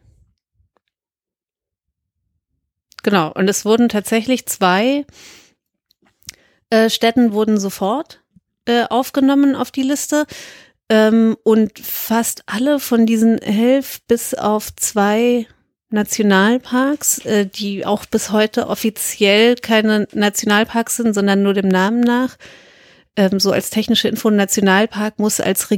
[SPEAKER 2] Genau, und es wurden tatsächlich zwei äh, Städten wurden sofort äh, aufgenommen auf die Liste ähm, und fast alle von diesen elf bis auf zwei Nationalparks, äh, die auch bis heute offiziell keine Nationalparks sind, sondern nur dem Namen nach. So als technische Info, ein Nationalpark muss als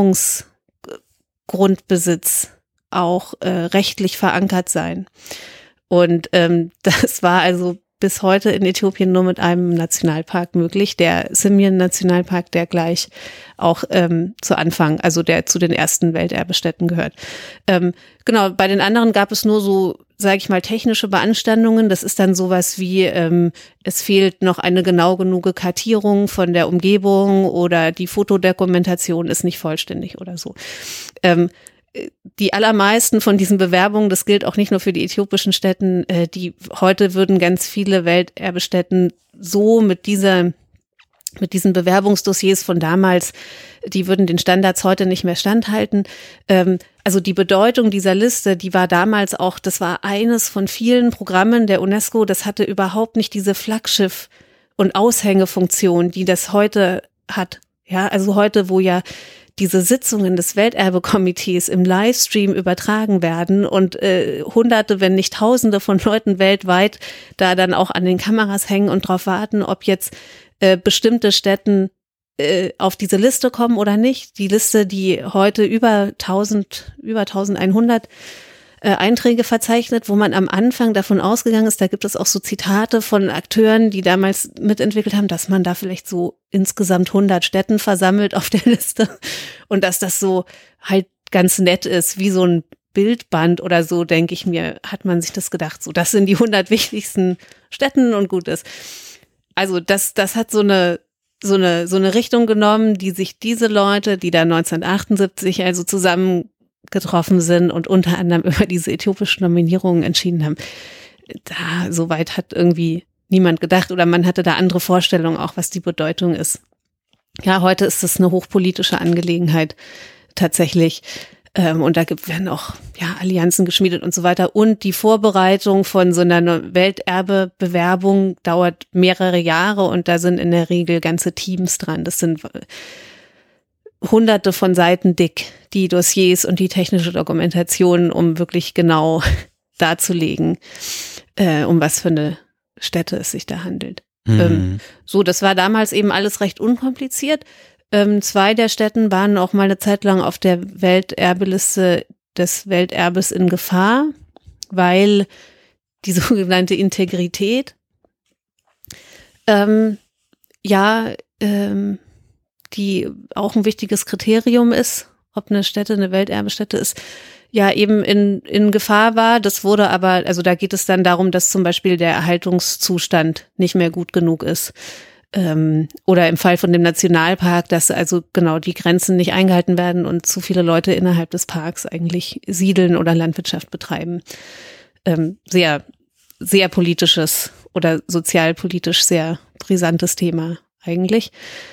[SPEAKER 2] Regierungsgrundbesitz auch äh, rechtlich verankert sein. Und ähm, das war also bis heute in Äthiopien nur mit einem Nationalpark möglich, der Simien-Nationalpark, der gleich auch ähm, zu Anfang, also der zu den ersten Welterbestätten gehört. Ähm, genau, bei den anderen gab es nur so, sage ich mal, technische Beanstandungen. Das ist dann sowas wie, ähm, es fehlt noch eine genau genug Kartierung von der Umgebung oder die Fotodokumentation ist nicht vollständig oder so. Ähm, Die allermeisten von diesen Bewerbungen, das gilt auch nicht nur für die äthiopischen Städten, äh, die heute würden ganz viele Welterbestätten so mit dieser, mit diesen Bewerbungsdossiers von damals, die würden den Standards heute nicht mehr standhalten. Ähm, also die Bedeutung dieser Liste, die war damals auch, das war eines von vielen Programmen der UNESCO, das hatte überhaupt nicht diese Flaggschiff- und Aushängefunktion, die das heute hat. Ja, also heute, wo ja diese Sitzungen des Welterbekomitees im Livestream übertragen werden und äh, Hunderte, wenn nicht Tausende von Leuten weltweit da dann auch an den Kameras hängen und drauf warten, ob jetzt äh, bestimmte Städten äh, auf diese Liste kommen oder nicht. Die Liste, die heute über tausend, über eintausendeinhundert äh, Einträge verzeichnet, wo man am Anfang davon ausgegangen ist, da gibt es auch so Zitate von Akteuren, die damals mitentwickelt haben, dass man da vielleicht so insgesamt hundert Städten versammelt auf der Liste und dass das so halt ganz nett ist, wie so ein Bildband oder so, denke ich mir, hat man sich das gedacht. So, das sind die hundert wichtigsten Städten und gut ist. Also das, das hat so eine, so eine, so eine Richtung genommen, die sich diese Leute, die da neunzehnhundertachtundsiebzig also zusammen getroffen sind und unter anderem über diese äthiopischen Nominierungen entschieden haben. Da, soweit hat irgendwie niemand gedacht oder man hatte da andere Vorstellungen auch, was die Bedeutung ist. Ja, heute ist es eine hochpolitische Angelegenheit tatsächlich. Ähm, und da gibt, werden auch ja, Allianzen geschmiedet und so weiter. Und die Vorbereitung von so einer Welterbebewerbung dauert mehrere Jahre und da sind in der Regel ganze Teams dran. Das sind hunderte von Seiten dick, die Dossiers und die technische Dokumentation, um wirklich genau darzulegen, äh, um was für eine Stätte es sich da handelt. Mhm. Ähm, so, das war damals eben alles recht unkompliziert. Ähm, zwei der Städten waren auch mal eine Zeit lang auf der Welterbeliste des Welterbes in Gefahr, weil die sogenannte Integrität, ähm, ja, ähm, die auch ein wichtiges Kriterium ist, ob eine Stätte eine Welterbestätte ist, ja eben in, in Gefahr war. Das wurde aber, also da geht es dann darum, dass zum Beispiel der Erhaltungszustand nicht mehr gut genug ist. Ähm, oder im Fall von dem Nationalpark, dass also genau die Grenzen nicht eingehalten werden und zu viele Leute innerhalb des Parks eigentlich siedeln oder Landwirtschaft betreiben. Ähm, sehr, sehr politisches oder sozialpolitisch sehr brisantes Thema eigentlich.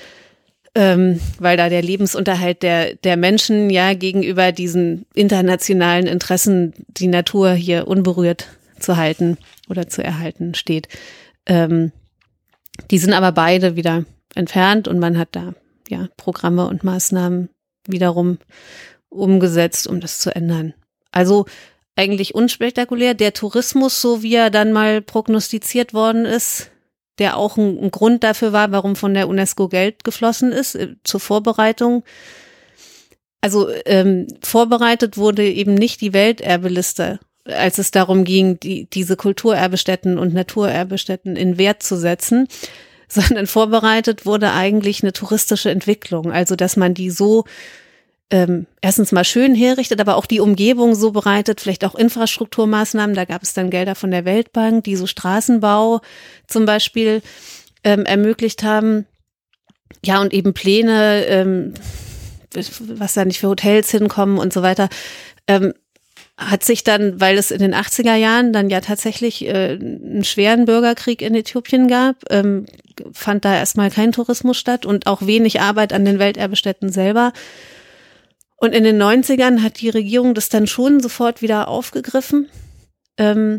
[SPEAKER 2] Ähm, weil da der Lebensunterhalt der, der Menschen ja gegenüber diesen internationalen Interessen, die Natur hier unberührt zu halten oder zu erhalten steht. Ähm, die sind aber beide wieder entfernt und man hat da ja Programme und Maßnahmen wiederum umgesetzt, um das zu ändern. Also eigentlich unspektakulär. Der Tourismus, so wie er dann mal prognostiziert worden ist, der auch ein, ein Grund dafür war, warum von der UNESCO Geld geflossen ist, äh, zur Vorbereitung. Also ähm, vorbereitet wurde eben nicht die Welterbeliste, als es darum ging, die, diese Kulturerbestätten und Naturerbestätten in Wert zu setzen, sondern vorbereitet wurde eigentlich eine touristische Entwicklung. Also dass man die so ähm, erstens mal schön herrichtet, aber auch die Umgebung so bereitet, vielleicht auch Infrastrukturmaßnahmen. Da gab es dann Gelder von der Weltbank, die so Straßenbau zum Beispiel ähm, ermöglicht haben. Ja, und eben Pläne, ähm, was da nicht für Hotels hinkommen und so weiter. Ähm, hat sich dann, weil es in den achtziger Jahren dann ja tatsächlich äh, einen schweren Bürgerkrieg in Äthiopien gab, ähm, fand da erstmal kein Tourismus statt und auch wenig Arbeit an den Welterbestätten selber. Und in den neunzigern hat die Regierung das dann schon sofort wieder aufgegriffen. Ähm,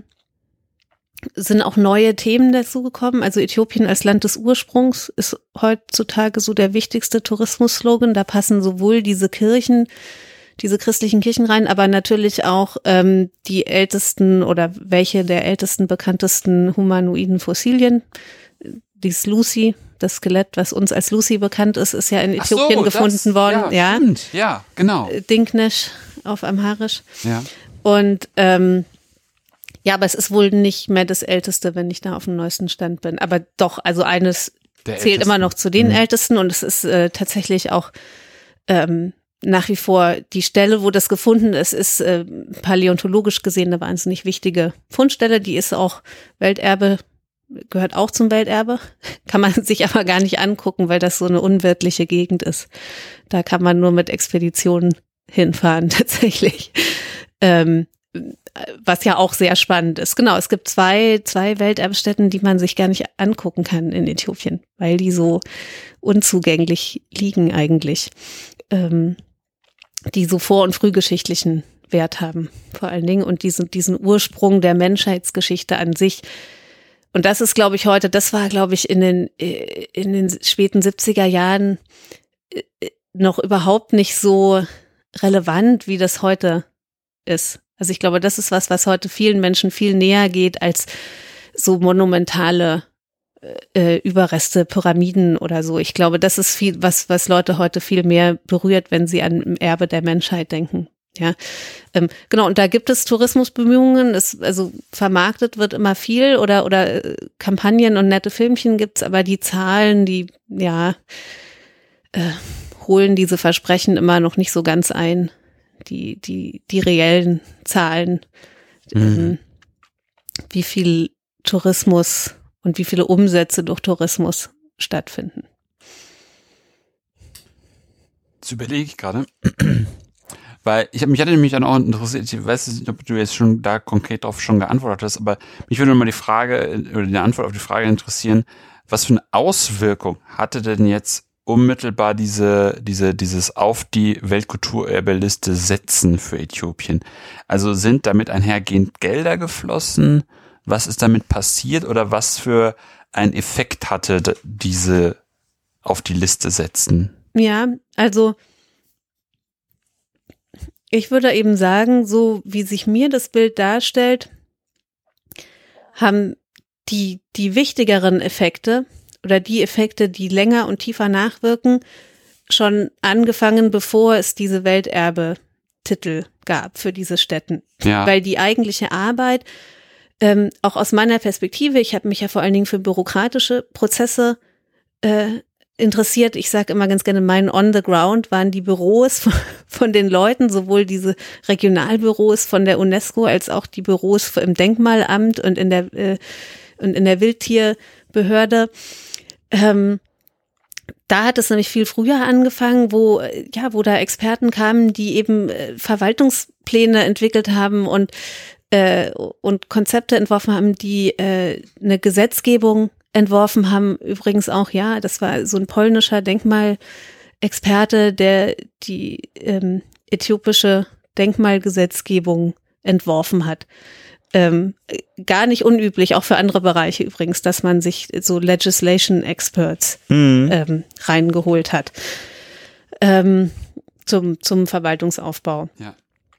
[SPEAKER 2] sind auch neue Themen dazu gekommen. Also Äthiopien als Land des Ursprungs ist heutzutage so der wichtigste Tourismus-Slogan. Da passen sowohl diese Kirchen, diese christlichen Kirchen rein, aber natürlich auch ähm, die ältesten oder welche der ältesten, bekanntesten humanoiden Fossilien. Dieses Lucy, das Skelett, was uns als Lucy bekannt ist, ist ja in Äthiopien so, gefunden das, worden.
[SPEAKER 1] Ja,
[SPEAKER 2] ja,
[SPEAKER 1] stimmt. Ja, genau.
[SPEAKER 2] Dinknesh auf Amharisch.
[SPEAKER 1] Ja.
[SPEAKER 2] Und ähm, ja, aber es ist wohl nicht mehr das Älteste, wenn ich da auf dem neuesten Stand bin. Aber doch, also eines der zählt Ältesten. Immer noch zu den mhm. Ältesten und es ist äh, tatsächlich auch ähm, nach wie vor die Stelle, wo das gefunden ist, ist äh, paläontologisch gesehen eine wahnsinnig wichtige Fundstelle. Die ist auch Welterbe, gehört auch zum Welterbe. Kann man sich aber gar nicht angucken, weil das so eine unwirtliche Gegend ist. Da kann man nur mit Expeditionen hinfahren tatsächlich. Ähm, was ja auch sehr spannend ist. Genau, es gibt zwei, zwei Welterbestätten, die man sich gar nicht angucken kann in Äthiopien, weil die so unzugänglich liegen eigentlich. Ähm, die so vor- und frühgeschichtlichen Wert haben, vor allen Dingen, und diesen, diesen Ursprung der Menschheitsgeschichte an sich. Und das ist, glaube ich, heute, das war, glaube ich, in den, in den späten siebziger Jahren noch überhaupt nicht so relevant, wie das heute ist. Also ich glaube, das ist was, was heute vielen Menschen viel näher geht als so monumentale äh, Überreste, Pyramiden oder so. Ich glaube, das ist viel, was, was Leute heute viel mehr berührt, wenn sie an Erbe der Menschheit denken. Ja, ähm, genau. Und da gibt es Tourismusbemühungen. Es, also vermarktet wird immer viel oder oder äh, Kampagnen und nette Filmchen gibt's, aber die Zahlen, die ja äh, holen diese Versprechen immer noch nicht so ganz ein. Die, die, die reellen Zahlen, mhm. ähm, wie viel Tourismus und wie viele Umsätze durch Tourismus stattfinden.
[SPEAKER 1] Das überlege ich gerade. Weil ich habe mich hatte nämlich dann auch interessiert, ich weiß nicht, ob du jetzt schon da konkret drauf schon geantwortet hast, aber mich würde mal die Frage oder die Antwort auf die Frage interessieren, was für eine Auswirkung hatte denn jetzt unmittelbar diese, diese, dieses auf die Weltkulturerbeliste setzen für Äthiopien? Also sind damit einhergehend Gelder geflossen? Was ist damit passiert oder was für einen Effekt hatte diese auf die Liste setzen?
[SPEAKER 2] Ja, also ich würde eben sagen, so wie sich mir das Bild darstellt, haben die, die wichtigeren Effekte oder die Effekte, die länger und tiefer nachwirken, schon angefangen, bevor es diese Welterbe-Titel gab für diese Stätten.
[SPEAKER 1] Ja.
[SPEAKER 2] Weil die eigentliche Arbeit, ähm, auch aus meiner Perspektive, ich habe mich ja vor allen Dingen für bürokratische Prozesse äh, interessiert. Ich sage immer ganz gerne, mein on the ground waren die Büros von, von den Leuten, sowohl diese Regionalbüros von der UNESCO als auch die Büros im Denkmalamt und in der äh, und in der Wildtierbehörde. Ähm, da hat es nämlich viel früher angefangen, wo ja, wo da Experten kamen, die eben äh, Verwaltungspläne entwickelt haben und äh, und Konzepte entworfen haben, die äh, eine Gesetzgebung entworfen haben. Übrigens auch, ja, das war so ein polnischer Denkmalexperte, der die ähm, äthiopische Denkmalgesetzgebung entworfen hat. Ähm, gar nicht unüblich, auch für andere Bereiche übrigens, dass man sich so Legislation Experts mhm. ähm, reingeholt hat ähm, zum, zum Verwaltungsaufbau.
[SPEAKER 1] Ja.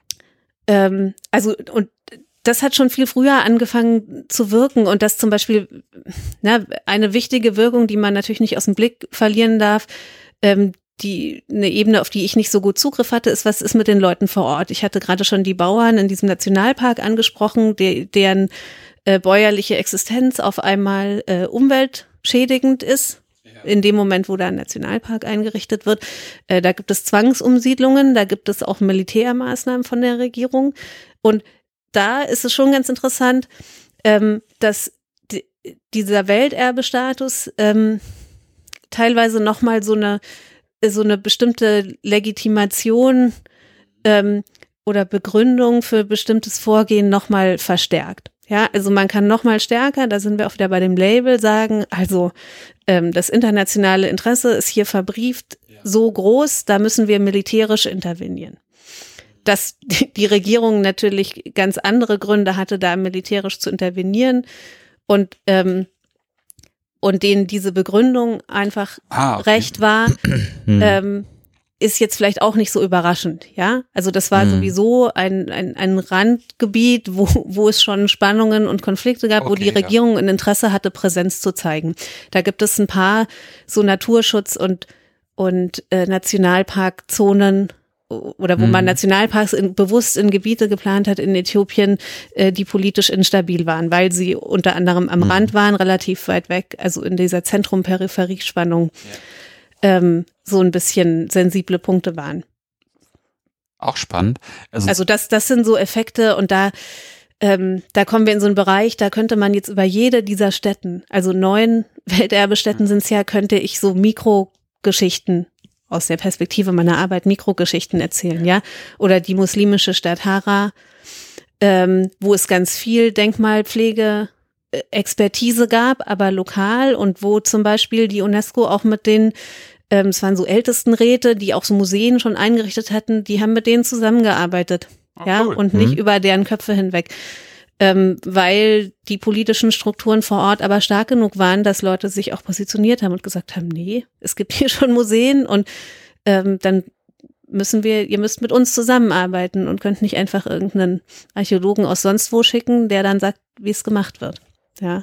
[SPEAKER 2] Ähm, also, und das hat schon viel früher angefangen zu wirken und das zum Beispiel, na, eine wichtige Wirkung, die man natürlich nicht aus dem Blick verlieren darf, ähm, die eine Ebene, auf die ich nicht so gut Zugriff hatte, ist, was ist mit den Leuten vor Ort? Ich hatte gerade schon die Bauern in diesem Nationalpark angesprochen, de, deren äh, bäuerliche Existenz auf einmal äh, umweltschädigend ist. In dem Moment, wo da ein Nationalpark eingerichtet wird. Äh, da gibt es Zwangsumsiedlungen, da gibt es auch Militärmaßnahmen von der Regierung und da ist es schon ganz interessant, ähm, dass die, dieser Welterbestatus ähm, teilweise nochmal so eine, so eine bestimmte Legitimation ähm, oder Begründung für bestimmtes Vorgehen nochmal verstärkt. Ja, also man kann nochmal stärker, da sind wir auch wieder bei dem Label, sagen, also ähm, das internationale Interesse ist hier verbrieft ja. so groß, da müssen wir militärisch intervenieren. Dass die Regierung natürlich ganz andere Gründe hatte, da militärisch zu intervenieren und ähm, und denen diese Begründung einfach ah, okay. recht war, ähm, ist jetzt vielleicht auch nicht so überraschend, ja. Also das war hm. sowieso ein, ein, ein Randgebiet, wo, wo es schon Spannungen und Konflikte gab, okay, wo die Regierung ja. ein Interesse hatte, Präsenz zu zeigen. Da gibt es ein paar so Naturschutz- und, und äh, Nationalparkzonen, oder wo mhm. man Nationalparks in, bewusst in Gebiete geplant hat in Äthiopien, äh, die politisch instabil waren, weil sie unter anderem am mhm. Rand waren, relativ weit weg, also in dieser Zentrum-Peripherie-Spannung ja. ähm, so ein bisschen sensible Punkte waren.
[SPEAKER 1] Auch spannend.
[SPEAKER 2] Also, also das, das sind so Effekte und da ähm, da kommen wir in so einen Bereich, da könnte man jetzt über jede dieser Stätten, also neun Welterbestätten mhm. sind es ja, könnte ich so Mikrogeschichten aus der Perspektive meiner Arbeit Mikrogeschichten erzählen, ja, oder die muslimische Stadt Hara, ähm, wo es ganz viel Denkmalpflege äh, Expertise gab, aber lokal und wo zum Beispiel die UNESCO auch mit den, ähm, es waren so Ältestenräte, die auch so Museen schon eingerichtet hatten, die haben mit denen zusammengearbeitet, oh, ja, cool. und nicht mhm. über deren Köpfe hinweg. Ähm, weil die politischen Strukturen vor Ort aber stark genug waren, dass Leute sich auch positioniert haben und gesagt haben, nee, es gibt hier schon Museen und ähm, dann müssen wir, ihr müsst mit uns zusammenarbeiten und könnt nicht einfach irgendeinen Archäologen aus sonst wo schicken, der dann sagt, wie es gemacht wird. Ja.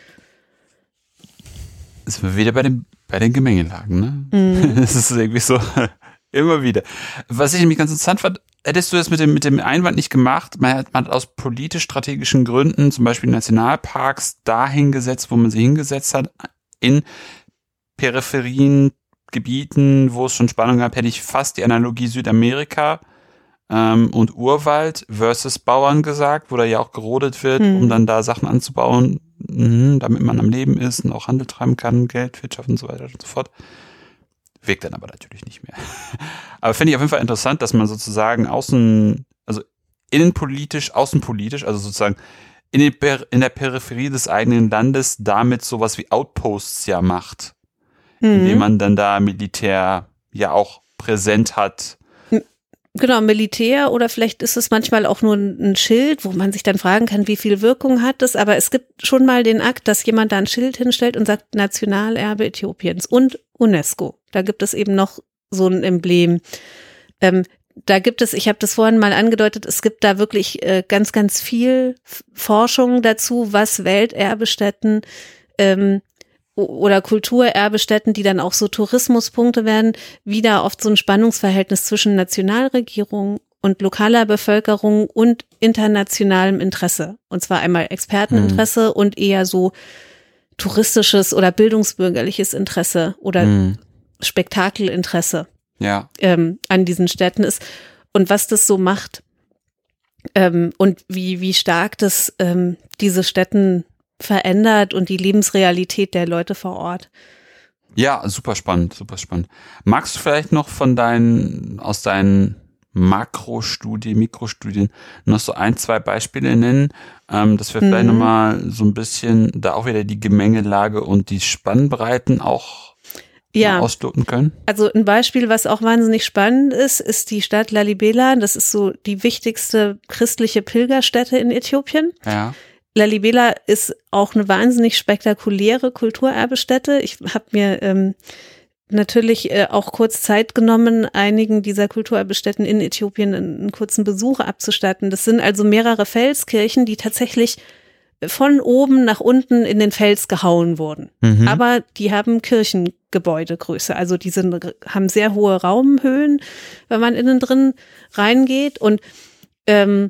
[SPEAKER 1] Sind wir wieder bei den, bei den Gemengelagen, ne?
[SPEAKER 2] Mhm.
[SPEAKER 1] Das ist irgendwie so immer wieder. Was ich nämlich ganz interessant fand, hättest du das mit dem, mit dem Einwand nicht gemacht, man hat, man hat aus politisch-strategischen Gründen zum Beispiel Nationalparks dahin gesetzt, wo man sie hingesetzt hat, in Peripherien, Gebieten, wo es schon Spannung gab, hätte ich fast die Analogie Südamerika ähm, und Urwald versus Bauern gesagt, wo da ja auch gerodet wird, hm. um dann da Sachen anzubauen, mh, damit man am Leben ist und auch Handel treiben kann, Geld, Wirtschaft und so weiter und so fort. Wirkt dann aber natürlich nicht mehr. Aber finde ich auf jeden Fall interessant, dass man sozusagen außen, also innenpolitisch, außenpolitisch, also sozusagen in, den, in der Peripherie des eigenen Landes damit sowas wie Outposts ja macht. Mhm. Indem man dann da Militär ja auch präsent hat.
[SPEAKER 2] Genau, Militär oder vielleicht ist es manchmal auch nur ein Schild, wo man sich dann fragen kann, wie viel Wirkung hat es. Aber es gibt schon mal den Akt, dass jemand da ein Schild hinstellt und sagt Nationalerbe Äthiopiens und UNESCO. Da gibt es eben noch so ein Emblem. Ähm, da gibt es, ich habe das vorhin mal angedeutet, es gibt da wirklich äh, ganz, ganz viel Forschung dazu, was Welterbestätten ähm, oder Kulturerbestätten, die dann auch so Tourismuspunkte werden, wieder oft so ein Spannungsverhältnis zwischen Nationalregierung und lokaler Bevölkerung und internationalem Interesse. Und zwar einmal Experteninteresse hm. und eher so touristisches oder bildungsbürgerliches Interesse oder hm. Spektakelinteresse
[SPEAKER 1] ja.
[SPEAKER 2] ähm, an diesen Städten ist. Und was das so macht ähm, und wie, wie stark das ähm, diese Städten verändert und die Lebensrealität der Leute vor Ort.
[SPEAKER 1] Ja, super spannend, super spannend. Magst du vielleicht noch von deinen, aus deinen Makrostudien, Mikrostudien noch so ein, zwei Beispiele nennen, ähm, dass wir mhm. vielleicht nochmal so ein bisschen da auch wieder die Gemengelage und die Spannbreiten auch ja. ausloten können?
[SPEAKER 2] Also ein Beispiel, was auch wahnsinnig spannend ist, ist die Stadt Lalibela. Das ist so die wichtigste christliche Pilgerstätte in Äthiopien.
[SPEAKER 1] Ja.
[SPEAKER 2] Lalibela ist auch eine wahnsinnig spektakuläre Kulturerbestätte. Ich habe mir ähm, natürlich äh, auch kurz Zeit genommen, einigen dieser Kulturerbestätten in Äthiopien einen, einen kurzen Besuch abzustatten. Das sind also mehrere Felskirchen, die tatsächlich von oben nach unten in den Fels gehauen wurden. Mhm. Aber die haben Kirchengebäudegröße. Also die sind, haben sehr hohe Raumhöhen, wenn man innen drin reingeht. Und ähm,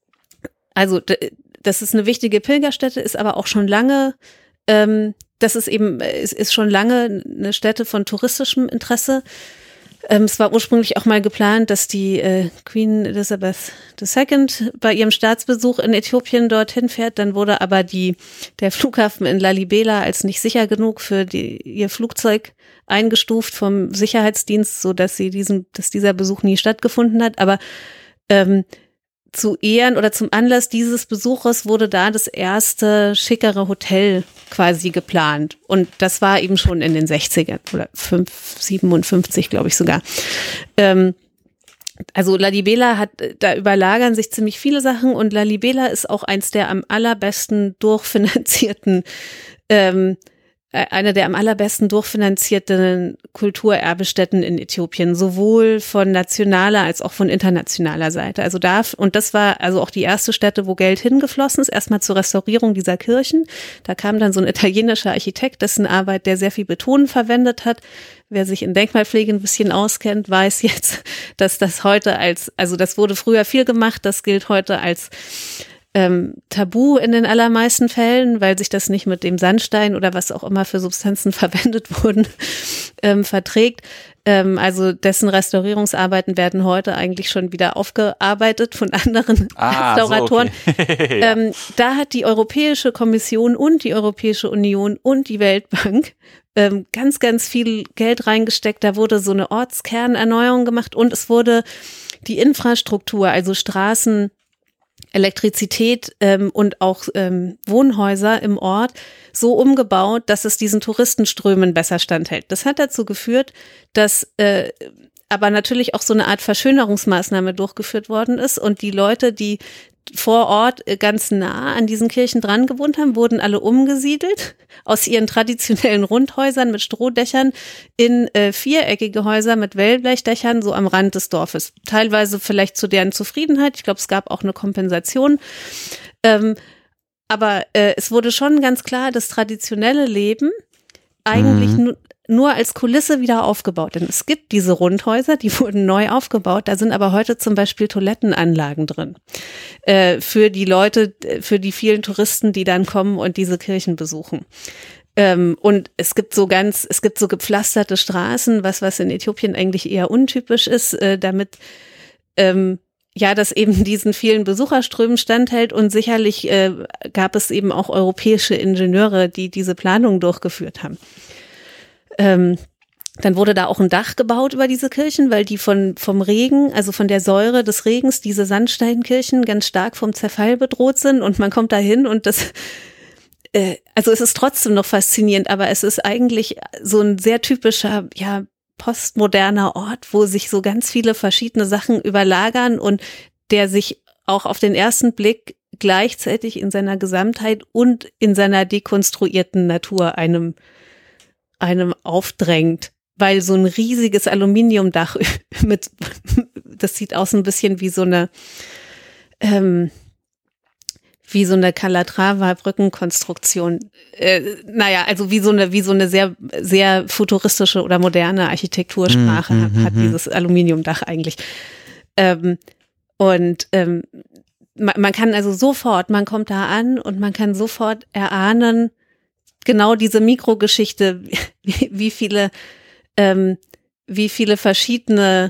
[SPEAKER 2] also d- das ist eine wichtige Pilgerstätte, ist aber auch schon lange, ähm, das ist eben, ist, ist schon lange eine Stätte von touristischem Interesse. Ähm, es war ursprünglich auch mal geplant, dass die äh, Queen Elizabeth der Zweite. bei ihrem Staatsbesuch in Äthiopien dorthin fährt. Dann wurde aber die, der Flughafen in Lalibela als nicht sicher genug für die, ihr Flugzeug eingestuft vom Sicherheitsdienst, so dass sie diesen, dass dieser Besuch nie stattgefunden hat. Aber ähm, zu Ehren oder zum Anlass dieses Besuches wurde da das erste schickere Hotel quasi geplant. Und das war eben schon in den sechzigern oder fünf, siebenundfünfzig, glaube ich sogar. Ähm, also Lalibela hat, da überlagern sich ziemlich viele Sachen und Lalibela ist auch eins der am allerbesten durchfinanzierten ähm, eine der am allerbesten durchfinanzierten Kulturerbestätten in Äthiopien, sowohl von nationaler als auch von internationaler Seite. Also da, und das war also auch die erste Stätte, wo Geld hingeflossen ist, erstmal zur Restaurierung dieser Kirchen. Da kam dann so ein italienischer Architekt, dessen Arbeit, der sehr viel Beton verwendet hat. Wer sich in Denkmalpflege ein bisschen auskennt, weiß jetzt, dass das heute als, also das wurde früher viel gemacht, das gilt heute als Ähm, Tabu in den allermeisten Fällen, weil sich das nicht mit dem Sandstein oder was auch immer für Substanzen verwendet wurden, ähm, verträgt. Ähm, also dessen Restaurierungsarbeiten werden heute eigentlich schon wieder aufgearbeitet von anderen
[SPEAKER 1] ah,
[SPEAKER 2] Restauratoren.
[SPEAKER 1] So, okay. ja.
[SPEAKER 2] ähm, da hat die Europäische Kommission und die Europäische Union und die Weltbank ähm, ganz, ganz viel Geld reingesteckt. Da wurde so eine Ortskernerneuerung gemacht und es wurde die Infrastruktur, also Straßen, Elektrizität ähm, und auch ähm, Wohnhäuser im Ort so umgebaut, dass es diesen Touristenströmen besser standhält. Das hat dazu geführt, dass äh, aber natürlich auch so eine Art Verschönerungsmaßnahme durchgeführt worden ist und die Leute, die vor Ort ganz nah an diesen Kirchen dran gewohnt haben, wurden alle umgesiedelt aus ihren traditionellen Rundhäusern mit Strohdächern in äh, viereckige Häuser mit Wellblechdächern so am Rand des Dorfes. Teilweise vielleicht zu deren Zufriedenheit. Ich glaube, es gab auch eine Kompensation. Ähm, aber äh, es wurde schon ganz klar, das traditionelle Leben eigentlich mhm. nur nur als Kulisse wieder aufgebaut. Denn es gibt diese Rundhäuser, die wurden neu aufgebaut. Da sind aber heute zum Beispiel Toilettenanlagen drin. Äh, für die Leute, für die vielen Touristen, die dann kommen und diese Kirchen besuchen. Ähm, und es gibt so ganz, es gibt so gepflasterte Straßen, was, was in Äthiopien eigentlich eher untypisch ist, äh, damit, ähm, ja, das eben diesen vielen Besucherströmen standhält. Und sicherlich äh, gab es eben auch europäische Ingenieure, die diese Planung durchgeführt haben. Ähm, Dann wurde da auch ein Dach gebaut über diese Kirchen, weil die von vom Regen, also von der Säure des Regens, diese Sandsteinkirchen ganz stark vom Zerfall bedroht sind. Und man kommt da hin und das, äh, also es ist trotzdem noch faszinierend, aber es ist eigentlich so ein sehr typischer, ja, postmoderner Ort, wo sich so ganz viele verschiedene Sachen überlagern und der sich auch auf den ersten Blick gleichzeitig in seiner Gesamtheit und in seiner dekonstruierten Natur einem, einem aufdrängt. Weil so ein riesiges Aluminiumdach mit, das sieht aus ein bisschen wie so eine, ähm, wie so eine Calatrava-Brückenkonstruktion. Äh, naja, also wie so eine, wie so eine sehr, sehr futuristische oder moderne Architektursprache mm, mm, hat, hat dieses Aluminiumdach eigentlich. Ähm, und ähm, man, man kann also sofort, man kommt da an und man kann sofort erahnen, genau diese Mikrogeschichte, wie, wie viele Ähm, wie viele verschiedene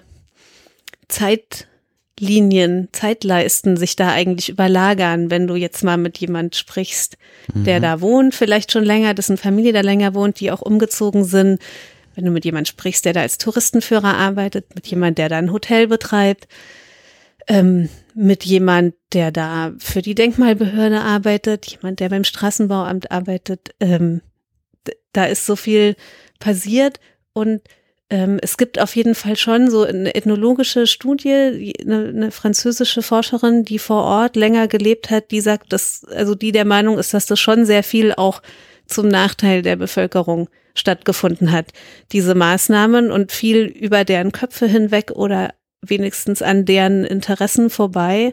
[SPEAKER 2] Zeitlinien, Zeitleisten sich da eigentlich überlagern, wenn du jetzt mal mit jemand sprichst, der mhm. da wohnt, vielleicht schon länger, dessen Familie da länger wohnt, die auch umgezogen sind. Wenn du mit jemand sprichst, der da als Touristenführer arbeitet, mit jemand, der da ein Hotel betreibt, ähm, mit jemand, der da für die Denkmalbehörde arbeitet, jemand, der beim Straßenbauamt arbeitet. Ähm, da ist so viel passiert. Und ähm, es gibt auf jeden Fall schon so eine ethnologische Studie, eine, eine französische Forscherin, die vor Ort länger gelebt hat, die sagt, dass, also die der Meinung ist, dass das schon sehr viel auch zum Nachteil der Bevölkerung stattgefunden hat, diese Maßnahmen und viel über deren Köpfe hinweg oder wenigstens an deren Interessen vorbei.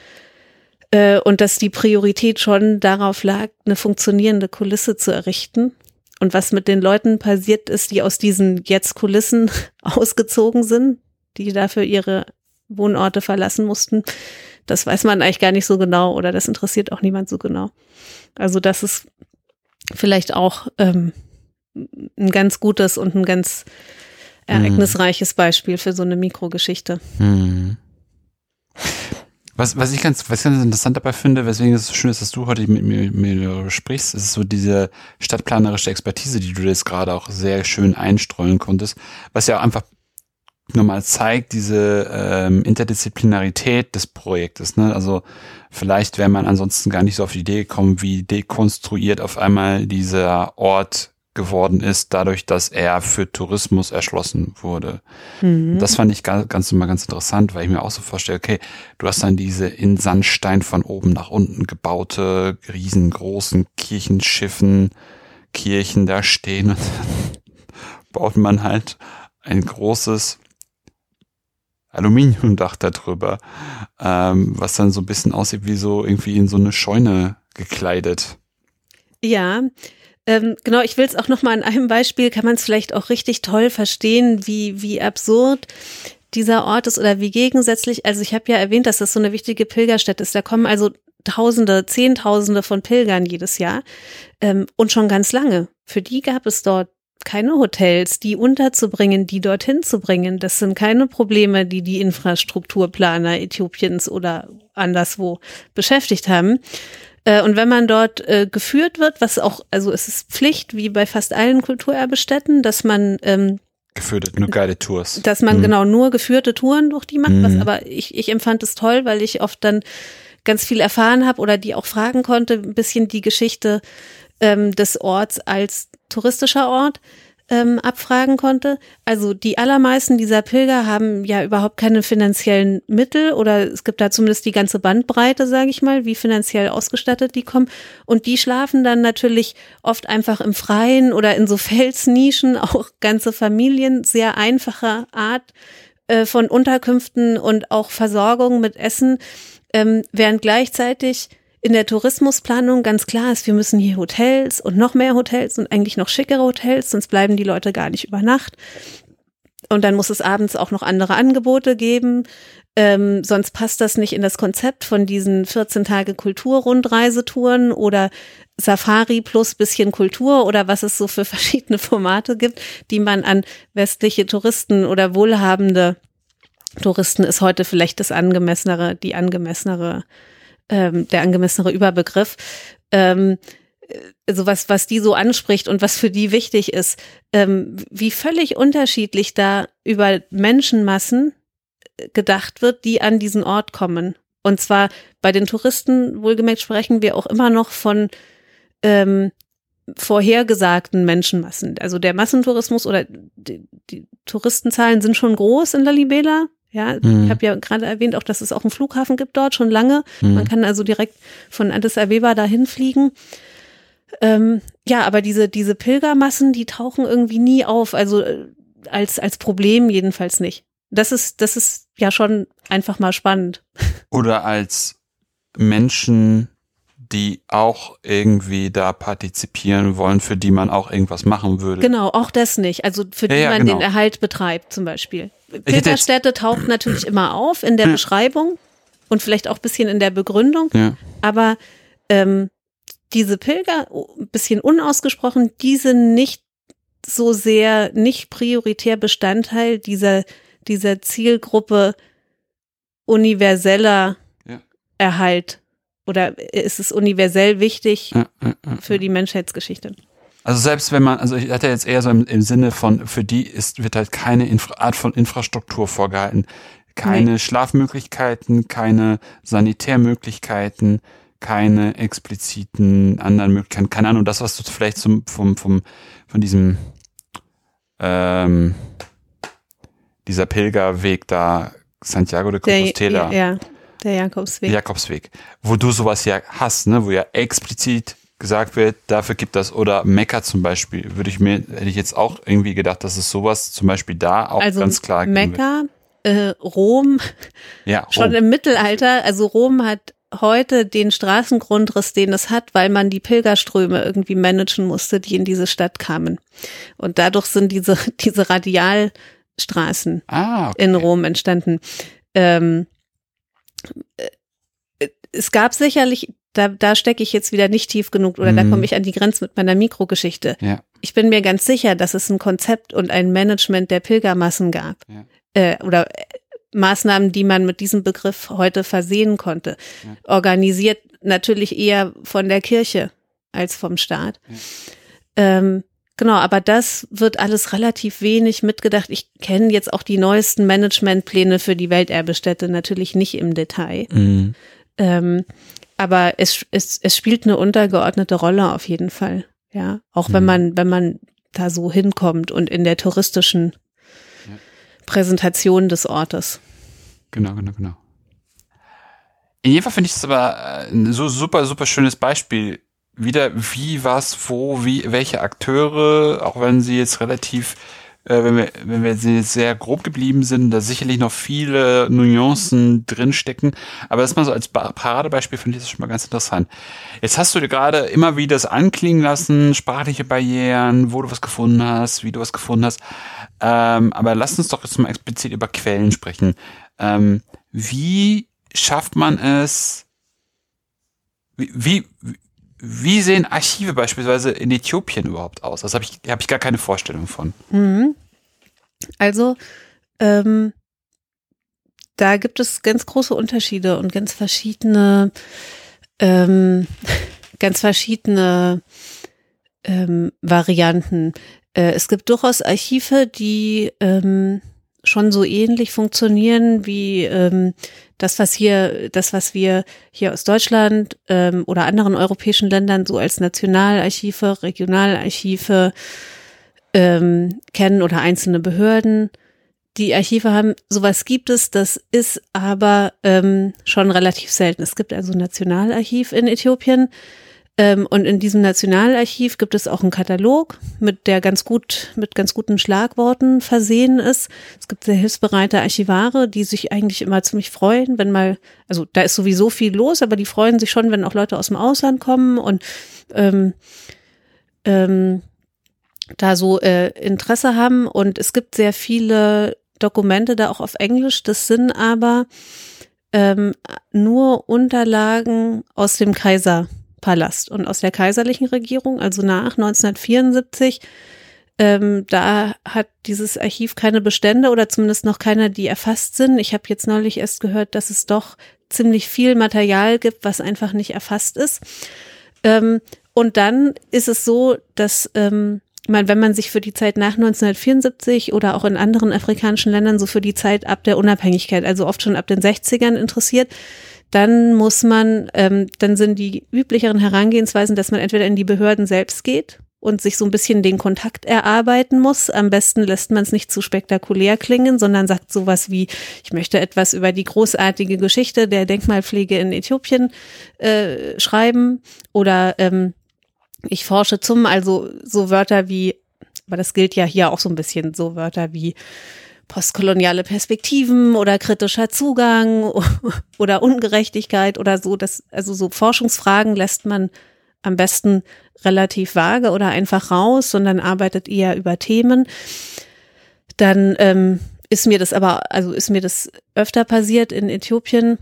[SPEAKER 2] Äh, und dass die Priorität schon darauf lag, eine funktionierende Kulisse zu errichten. Und was mit den Leuten passiert ist, die aus diesen jetzt Kulissen ausgezogen sind, die dafür ihre Wohnorte verlassen mussten, das weiß man eigentlich gar nicht so genau oder das interessiert auch niemand so genau. Also das ist vielleicht auch ähm, ein ganz gutes und ein ganz ereignisreiches Beispiel für so eine Mikrogeschichte.
[SPEAKER 1] Hm. Was, was ich ganz, was ich ganz interessant dabei finde, weswegen es so schön ist, dass du heute mit mir, mit mir sprichst, ist so diese stadtplanerische Expertise, die du jetzt gerade auch sehr schön einstreuen konntest, was ja auch einfach nochmal zeigt, diese ähm, Interdisziplinarität des Projektes, ne? Also vielleicht wäre man ansonsten gar nicht so auf die Idee gekommen, wie dekonstruiert auf einmal dieser Ort geworden ist, dadurch, dass er für Tourismus erschlossen wurde. Mhm. Das fand ich ganz, ganz immer ganz interessant, weil ich mir auch so vorstelle, okay, du hast dann diese in Sandstein von oben nach unten gebaute, riesengroßen Kirchenschiffen, Kirchen da stehen und dann baut man halt ein großes Aluminiumdach da drüber, ähm, was dann so ein bisschen aussieht wie so irgendwie in so eine Scheune gekleidet.
[SPEAKER 2] Ja, Ähm, genau, ich will es auch nochmal an einem Beispiel, kann man es vielleicht auch richtig toll verstehen, wie wie absurd dieser Ort ist oder wie gegensätzlich. Also ich habe ja erwähnt, dass das so eine wichtige Pilgerstätte ist. Da kommen also Tausende, Zehntausende von Pilgern jedes Jahr ähm, und schon ganz lange. Für die gab es dort keine Hotels, die unterzubringen, die dorthin zu bringen. Das sind keine Probleme, die die Infrastrukturplaner Äthiopiens oder anderswo beschäftigt haben. Und wenn man dort äh, geführt wird, was auch, also es ist Pflicht, wie bei fast allen Kulturerbestätten, dass man ähm,
[SPEAKER 1] geführte, nur Guided Tours.
[SPEAKER 2] Dass man mhm. genau nur geführte Touren durch die macht, mhm. was aber ich, ich empfand es toll, weil ich oft dann ganz viel erfahren habe oder die auch fragen konnte, ein bisschen die Geschichte ähm, des Orts als touristischer Ort ähm, abfragen konnte. Also die allermeisten dieser Pilger haben ja überhaupt keine finanziellen Mittel oder es gibt da zumindest die ganze Bandbreite, sage ich mal, wie finanziell ausgestattet die kommen. Und die schlafen dann natürlich oft einfach im Freien oder in so Felsnischen, auch ganze Familien, sehr einfacher Art äh, von Unterkünften und auch Versorgung mit Essen, ähm, während gleichzeitig in der Tourismusplanung ganz klar ist, wir müssen hier Hotels und noch mehr Hotels und eigentlich noch schickere Hotels, sonst bleiben die Leute gar nicht über Nacht. Und dann muss es abends auch noch andere Angebote geben, ähm, sonst passt das nicht in das Konzept von diesen vierzehn Tage Kulturrundreisetouren oder Safari plus bisschen Kultur oder was es so für verschiedene Formate gibt, die man an westliche Touristen oder wohlhabende Touristen ist heute vielleicht das angemessenere, die angemessenere Ähm, der angemessenere Überbegriff, ähm, also was, was die so anspricht und was für die wichtig ist, ähm, wie völlig unterschiedlich da über Menschenmassen gedacht wird, die an diesen Ort kommen. Und zwar bei den Touristen, wohlgemerkt, sprechen wir auch immer noch von ähm, vorhergesagten Menschenmassen. Also der Massentourismus oder die, die Touristenzahlen sind schon groß in Lalibela. Ja, mhm. Ich habe ja gerade erwähnt, auch dass es auch einen Flughafen gibt dort schon lange. Mhm. Man kann also direkt von Addis Abeba dahin fliegen. Ähm, ja, aber diese diese Pilgermassen, die tauchen irgendwie nie auf, also äh, als als Problem jedenfalls nicht. Das ist das ist ja schon einfach mal spannend.
[SPEAKER 1] Oder als Menschen, die auch irgendwie da partizipieren wollen, für die man auch irgendwas machen würde.
[SPEAKER 2] Genau, auch das nicht. Also für die ja, ja, man genau. den Erhalt betreibt zum Beispiel. Pilgerstätte taucht natürlich immer auf in der ja. Beschreibung und vielleicht auch ein bisschen in der Begründung, ja. aber ähm, diese Pilger, ein bisschen unausgesprochen, die sind nicht so sehr, nicht prioritär Bestandteil dieser, dieser Zielgruppe universeller ja. Erhalt. Oder ist es universell wichtig ja, ja, ja, für die Menschheitsgeschichte?
[SPEAKER 1] Also selbst wenn man, also ich hatte jetzt eher so im, im Sinne von, für die ist, wird halt keine Infra- Art von Infrastruktur vorgehalten. Keine nee. Schlafmöglichkeiten, keine Sanitärmöglichkeiten, keine expliziten anderen Möglichkeiten, keine Ahnung, das, was du vielleicht zum, vom, vom, von diesem, ähm, dieser Pilgerweg da, Santiago de Compostela.
[SPEAKER 2] Der, ja, der Jakobsweg.
[SPEAKER 1] Jakobsweg. Wo du sowas ja hast, ne, wo ja explizit gesagt wird, dafür gibt das, oder Mekka zum Beispiel, würde ich mir, hätte ich jetzt auch irgendwie gedacht, dass es sowas zum Beispiel da auch
[SPEAKER 2] also
[SPEAKER 1] ganz klar gibt.
[SPEAKER 2] Mekka, äh, Rom,
[SPEAKER 1] ja, Rom,
[SPEAKER 2] schon im Mittelalter, also Rom hat heute den Straßengrundriss, den es hat, weil man die Pilgerströme irgendwie managen musste, die in diese Stadt kamen. Und dadurch sind diese, diese Radialstraßen
[SPEAKER 1] ah, okay.
[SPEAKER 2] in Rom entstanden. Ähm, es gab sicherlich, da, da stecke ich jetzt wieder nicht tief genug oder mhm. da komme ich an die Grenze mit meiner Mikrogeschichte.
[SPEAKER 1] Ja.
[SPEAKER 2] Ich bin mir ganz sicher, dass es ein Konzept und ein Management der Pilgermassen gab. Ja. Äh, oder Maßnahmen, die man mit diesem Begriff heute versehen konnte. Ja. Organisiert natürlich eher von der Kirche als vom Staat. Ja. Ähm, genau, aber das wird alles relativ wenig mitgedacht. Ich kenne jetzt auch die neuesten Managementpläne für die Welterbestätte natürlich nicht im Detail. Mhm. Ähm, aber es, es, es spielt eine untergeordnete Rolle auf jeden Fall. Ja, auch mhm. wenn man, wenn man da so hinkommt und in der touristischen ja. Präsentation des Ortes.
[SPEAKER 1] Genau, genau, genau. In jedem Fall finde ich es aber ein so super, super schönes Beispiel. Wieder, wie, was, wo, wie, welche Akteure, auch wenn sie jetzt relativ, äh, wenn wir, wenn wir jetzt sehr grob geblieben sind, da sicherlich noch viele Nuancen drinstecken. Aber das mal so als Paradebeispiel finde ich das schon mal ganz interessant. Jetzt hast du dir gerade immer wieder das anklingen lassen, sprachliche Barrieren, wo du was gefunden hast, wie du was gefunden hast. Ähm, aber lass uns doch jetzt mal explizit über Quellen sprechen. Ähm, wie schafft man es, wie, wie, wie sehen Archive beispielsweise in Äthiopien überhaupt aus? Das habe ich, habe ich gar keine Vorstellung von.
[SPEAKER 2] Also, ähm, da gibt es ganz große Unterschiede und ganz verschiedene, ähm, ganz verschiedene ähm, Varianten. Äh, es gibt durchaus Archive, die ähm, schon so ähnlich funktionieren wie ähm, das, was hier, das, was wir hier aus Deutschland ähm, oder anderen europäischen Ländern so als Nationalarchive, Regionalarchive ähm, kennen oder einzelne Behörden. Die Archive haben, sowas gibt es, das ist aber ähm, schon relativ selten. Es gibt also ein Nationalarchiv in Äthiopien. Ähm, und in diesem Nationalarchiv gibt es auch einen Katalog, mit der ganz gut, mit ganz guten Schlagworten versehen ist. Es gibt sehr hilfsbereite Archivare, die sich eigentlich immer ziemlich freuen, wenn mal, also da ist sowieso viel los, aber die freuen sich schon, wenn auch Leute aus dem Ausland kommen und ähm, ähm, da so äh, Interesse haben. Und es gibt sehr viele Dokumente da auch auf Englisch. Das sind aber ähm, nur Unterlagen aus dem Kaiser Palast und aus der kaiserlichen Regierung, also nach neunzehnhundertvierundsiebzig. Ähm, da hat dieses Archiv keine Bestände oder zumindest noch keine, die erfasst sind. Ich habe jetzt neulich erst gehört, dass es doch ziemlich viel Material gibt, was einfach nicht erfasst ist. Ähm, Und dann ist es so, dass ähm, man, wenn man sich für die Zeit nach neunzehnhundertvierundsiebzig oder auch in anderen afrikanischen Ländern so für die Zeit ab der Unabhängigkeit, also oft schon ab den sechzigern interessiert, dann muss man, ähm, dann sind die üblicheren Herangehensweisen, dass man entweder in die Behörden selbst geht und sich so ein bisschen den Kontakt erarbeiten muss. Am besten lässt man es nicht zu spektakulär klingen, sondern sagt sowas wie, ich möchte etwas über die großartige Geschichte der Denkmalpflege in Äthiopien äh, schreiben oder ähm, ich forsche zum, also so Wörter wie, aber das gilt ja hier auch so ein bisschen, so Wörter wie postkoloniale Perspektiven oder kritischer Zugang oder Ungerechtigkeit oder so. Das, also so Forschungsfragen lässt man am besten relativ vage oder einfach raus, sondern arbeitet eher über Themen. Dann ähm, ist mir das aber, also ist mir das öfter passiert in Äthiopien,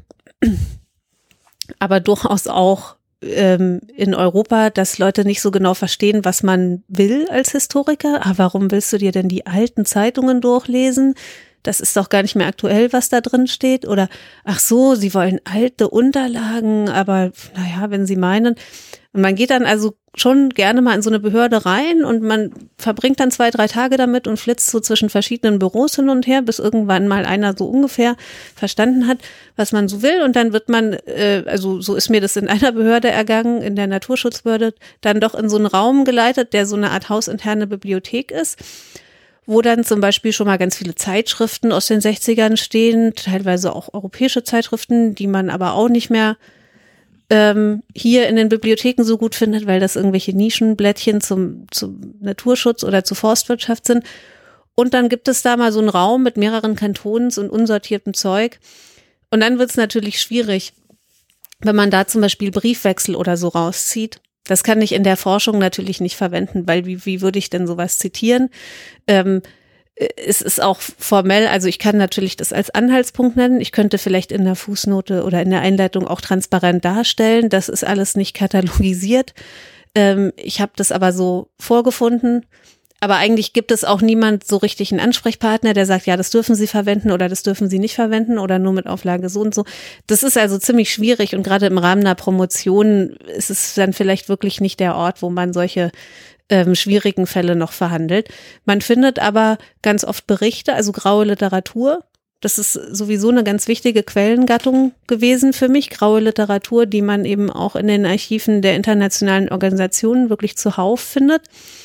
[SPEAKER 2] aber durchaus auch ähm, in Europa, dass Leute nicht so genau verstehen, was man will als Historiker. Ah, warum willst du dir denn die alten Zeitungen durchlesen? Das ist doch gar nicht mehr aktuell, was da drin steht. Oder, ach so, sie wollen alte Unterlagen, aber naja, wenn sie meinen. Und man geht dann also schon gerne mal in so eine Behörde rein und man verbringt dann zwei, drei Tage damit und flitzt so zwischen verschiedenen Büros hin und her, bis irgendwann mal einer so ungefähr verstanden hat, was man so will. Und dann wird man, äh, also so ist mir das in einer Behörde ergangen, in der Naturschutzbehörde, dann doch in so einen Raum geleitet, der so eine Art hausinterne Bibliothek ist, wo dann zum Beispiel schon mal ganz viele Zeitschriften aus den sechzigern stehen, teilweise auch europäische Zeitschriften, die man aber auch nicht mehr ähm, hier in den Bibliotheken so gut findet, weil das irgendwelche Nischenblättchen zum, zum Naturschutz oder zur Forstwirtschaft sind. Und dann gibt es da mal so einen Raum mit mehreren Kantons und unsortiertem Zeug. Und dann wird es natürlich schwierig, wenn man da zum Beispiel Briefwechsel oder so rauszieht. Das kann ich in der Forschung natürlich nicht verwenden, weil wie, wie würde ich denn sowas zitieren? Ähm, es ist auch formell, also ich kann natürlich das als Anhaltspunkt nennen. Ich könnte vielleicht in der Fußnote oder in der Einleitung auch transparent darstellen. Das ist alles nicht katalogisiert. Ähm, ich habe das aber so vorgefunden. Aber eigentlich gibt es auch niemand so richtig einen Ansprechpartner, der sagt, ja, das dürfen Sie verwenden oder das dürfen Sie nicht verwenden oder nur mit Auflage so und so. Das ist also ziemlich schwierig und gerade im Rahmen einer Promotion ist es dann vielleicht wirklich nicht der Ort, wo man solche ähm, schwierigen Fälle noch verhandelt. Man findet aber ganz oft Berichte, also graue Literatur. Das ist sowieso eine ganz wichtige Quellengattung gewesen für mich, graue Literatur, die man eben auch in den Archiven der internationalen Organisationen wirklich zuhauf findet.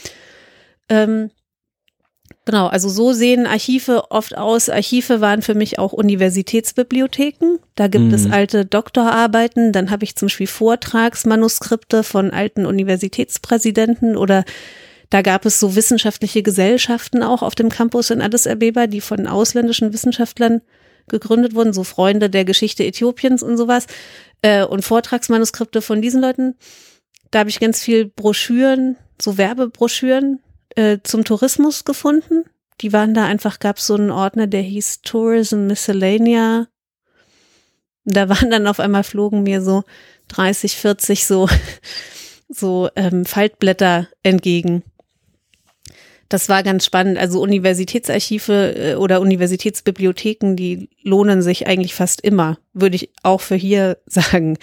[SPEAKER 2] Ähm, genau, also so sehen Archive oft aus. Archive waren für mich auch Universitätsbibliotheken. Da gibt mhm. es alte Doktorarbeiten. Dann habe ich zum Beispiel Vortragsmanuskripte von alten Universitätspräsidenten oder da gab es so wissenschaftliche Gesellschaften auch auf dem Campus in Addis Abeba, die von ausländischen Wissenschaftlern gegründet wurden, so Freunde der Geschichte Äthiopiens und sowas. Äh, und Vortragsmanuskripte von diesen Leuten. Da habe ich ganz viel Broschüren, so Werbebroschüren zum Tourismus gefunden. Die waren da einfach, gab es so einen Ordner, der hieß Tourism Miscellanea. Da waren dann auf einmal flogen mir so dreißig, vierzig so, so ähm, Faltblätter entgegen. Das war ganz spannend. Also Universitätsarchive äh, oder Universitätsbibliotheken, die lohnen sich eigentlich fast immer, würde ich auch für hier sagen.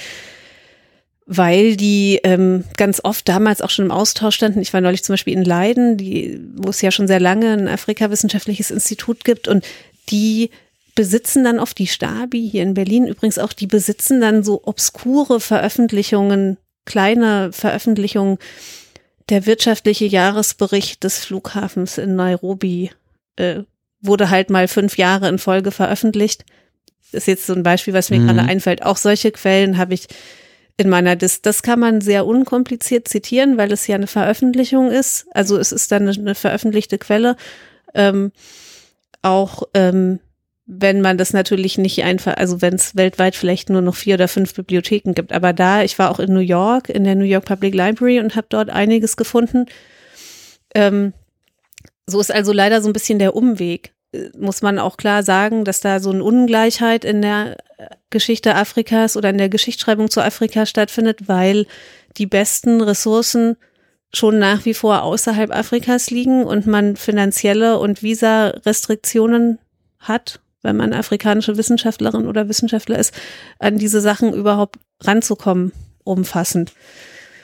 [SPEAKER 2] Weil die ähm, ganz oft damals auch schon im Austausch standen. Ich war neulich zum Beispiel in Leiden, die, wo es ja schon sehr lange ein Afrika-wissenschaftliches Institut gibt und die besitzen dann oft die Stabi, hier in Berlin übrigens auch, die besitzen dann so obskure Veröffentlichungen, kleine Veröffentlichungen. Der wirtschaftliche Jahresbericht des Flughafens in Nairobi äh, wurde halt mal fünf Jahre in Folge veröffentlicht. Das ist jetzt so ein Beispiel, was mir mhm. gerade einfällt. Auch solche Quellen habe ich in meiner Dis, das kann man sehr unkompliziert zitieren, weil es ja eine Veröffentlichung ist. Also es ist dann eine, eine veröffentlichte Quelle. Ähm, auch ähm, wenn man das natürlich nicht einfach, also wenn es weltweit vielleicht nur noch vier oder fünf Bibliotheken gibt. Aber da, ich war auch in New York, in der New York Public Library und habe dort einiges gefunden. Ähm, so ist also leider so ein bisschen der Umweg. Muss man auch klar sagen, dass da so eine Ungleichheit in der Geschichte Afrikas oder in der Geschichtsschreibung zu Afrika stattfindet, weil die besten Ressourcen schon nach wie vor außerhalb Afrikas liegen und man finanzielle und Visa-Restriktionen hat, wenn man afrikanische Wissenschaftlerin oder Wissenschaftler ist, an diese Sachen überhaupt ranzukommen, umfassend.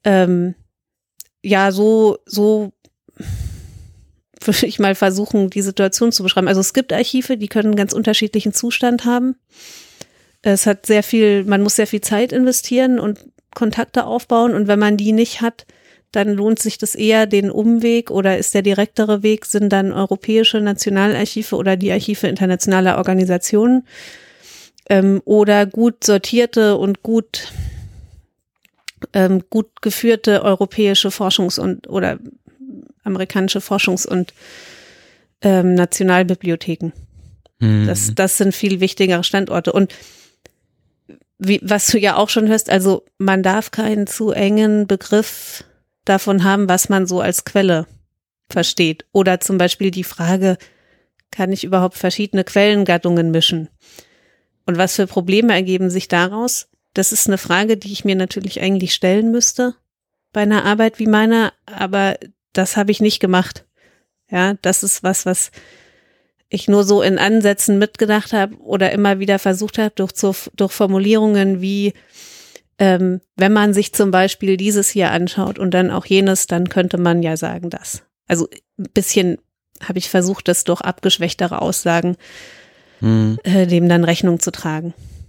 [SPEAKER 2] ähm, ja, so, so würde ich mal versuchen, die Situation zu beschreiben. Also es gibt Archive, die können einen ganz unterschiedlichen Zustand haben. Es hat sehr viel, man muss sehr viel Zeit investieren und Kontakte aufbauen, und wenn man die nicht hat, dann lohnt sich das eher den Umweg, oder ist der direktere Weg, sind dann europäische Nationalarchive oder die Archive internationaler Organisationen ähm, oder gut sortierte und gut ähm, gut geführte europäische Forschungs- und oder amerikanische Forschungs- und ähm, Nationalbibliotheken. Mhm. Das, das sind viel wichtigere Standorte. Und wie, was du ja auch schon hörst, also man darf keinen zu engen Begriff davon haben, was man so als Quelle versteht. Oder zum Beispiel die Frage, kann ich überhaupt verschiedene Quellengattungen mischen? Und was für Probleme ergeben sich daraus? Das ist eine Frage, die ich mir natürlich eigentlich stellen müsste bei einer Arbeit wie meiner, aber das habe ich nicht gemacht. Ja, das ist was, was ich nur so in Ansätzen mitgedacht habe oder immer wieder versucht habe, durch, durch Formulierungen wie, ähm, wenn man sich zum Beispiel dieses hier anschaut und dann auch jenes, dann könnte man ja sagen, das. Also ein bisschen habe ich versucht, das durch abgeschwächtere Aussagen hm. äh, dem dann Rechnung zu tragen.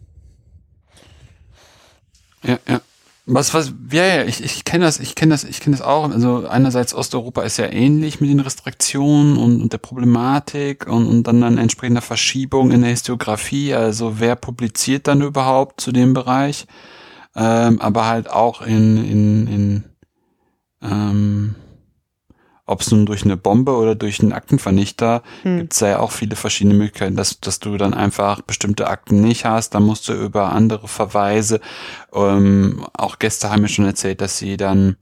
[SPEAKER 1] Ja, ja. Was, was, ja, ja, ich, ich kenne das, ich kenne das, ich kenne das auch. Also einerseits Osteuropa ist ja ähnlich mit den Restriktionen und, und der Problematik und, und dann eine entsprechende Verschiebung in der Historiografie. Also wer publiziert dann überhaupt zu dem Bereich? Ähm, aber halt auch in, in, in, ähm, ob es nun durch eine Bombe oder durch einen Aktenvernichter, hm. gibt es ja auch viele verschiedene Möglichkeiten, dass, dass du dann einfach bestimmte Akten nicht hast. Dann musst du über andere Verweise, ähm, auch Gäste haben mir schon erzählt, dass sie dann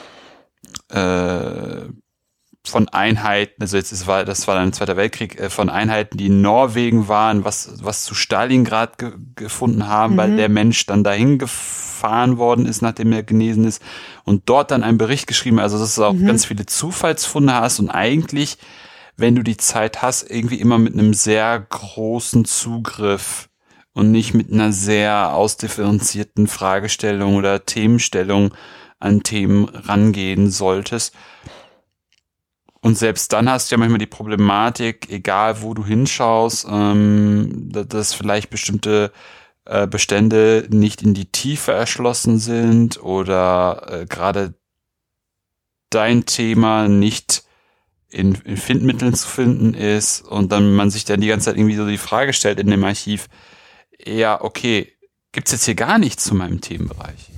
[SPEAKER 1] äh, von Einheiten, also jetzt ist, war, das war dann im Zweiten Weltkrieg, äh, von Einheiten, die in Norwegen waren, was, was zu Stalingrad ge- gefunden haben, mhm. weil der Mensch dann dahin gefahren worden ist, nachdem er genesen ist, und dort dann einen Bericht geschrieben, also dass du auch mhm. ganz viele Zufallsfunde hast und eigentlich, wenn du die Zeit hast, irgendwie immer mit einem sehr großen Zugriff und nicht mit einer sehr ausdifferenzierten Fragestellung oder Themenstellung an Themen rangehen solltest. Und selbst dann hast du ja manchmal die Problematik, egal wo du hinschaust, ähm, dass vielleicht bestimmte äh, Bestände nicht in die Tiefe erschlossen sind oder äh, gerade dein Thema nicht in, in Findmitteln zu finden ist und dann man sich dann die ganze Zeit irgendwie so die Frage stellt in dem Archiv, ja, okay, gibt's jetzt hier gar nichts zu meinem Themenbereich?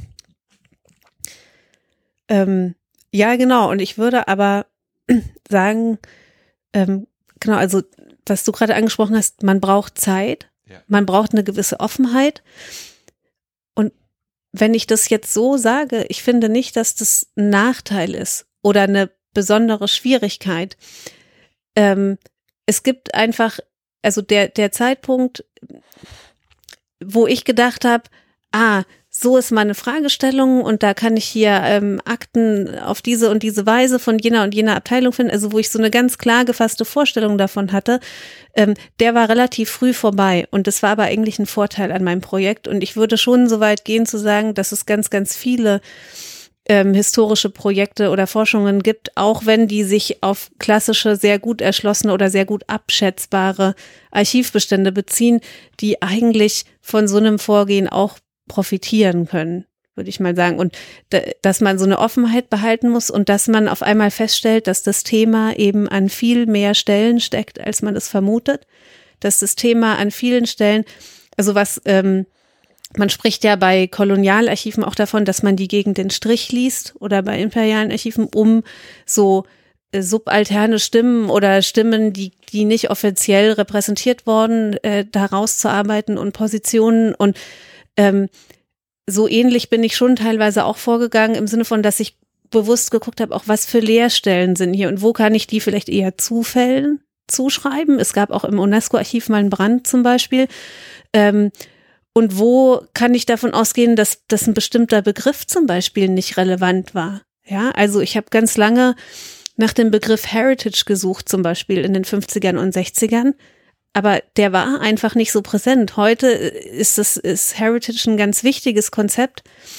[SPEAKER 2] Ähm, ja, genau. Und ich würde aber sagen, ähm, genau, also was du gerade angesprochen hast, man braucht Zeit, ja. Man braucht eine gewisse Offenheit. Und wenn ich das jetzt so sage, ich finde nicht, dass das ein Nachteil ist oder eine besondere Schwierigkeit. Ähm, es gibt einfach, also der, der Zeitpunkt, wo ich gedacht habe, ah, so ist meine Fragestellung und da kann ich hier ähm, Akten auf diese und diese Weise von jener und jener Abteilung finden, also wo ich so eine ganz klar gefasste Vorstellung davon hatte, ähm, der war relativ früh vorbei und das war aber eigentlich ein Vorteil an meinem Projekt und ich würde schon so weit gehen zu sagen, dass es ganz, ganz viele ähm, historische Projekte oder Forschungen gibt, auch wenn die sich auf klassische, sehr gut erschlossene oder sehr gut abschätzbare Archivbestände beziehen, die eigentlich von so einem Vorgehen auch profitieren können, würde ich mal sagen. Und dass man so eine Offenheit behalten muss und dass man auf einmal feststellt, dass das Thema eben an viel mehr Stellen steckt, als man es vermutet. Dass das Thema an vielen Stellen, also was, ähm, man spricht ja bei Kolonialarchiven auch davon, dass man die gegen den Strich liest oder bei imperialen Archiven, um so äh, subalterne Stimmen oder Stimmen, die die nicht offiziell repräsentiert worden, äh, da rauszuarbeiten und Positionen und Ähm, so ähnlich bin ich schon teilweise auch vorgegangen im Sinne von, dass ich bewusst geguckt habe, auch was für Leerstellen sind hier und wo kann ich die vielleicht eher Zufällen zuschreiben. Es gab auch im UNESCO-Archiv mal einen Brand zum Beispiel. Ähm, und wo kann ich davon ausgehen, dass, dass ein bestimmter Begriff zum Beispiel nicht relevant war? Ja, also ich habe ganz lange nach dem Begriff Heritage gesucht, zum Beispiel in den fünfzigern und sechzigern. Aber der war einfach nicht so präsent. Heute ist das ist Heritage ein ganz wichtiges Konzept,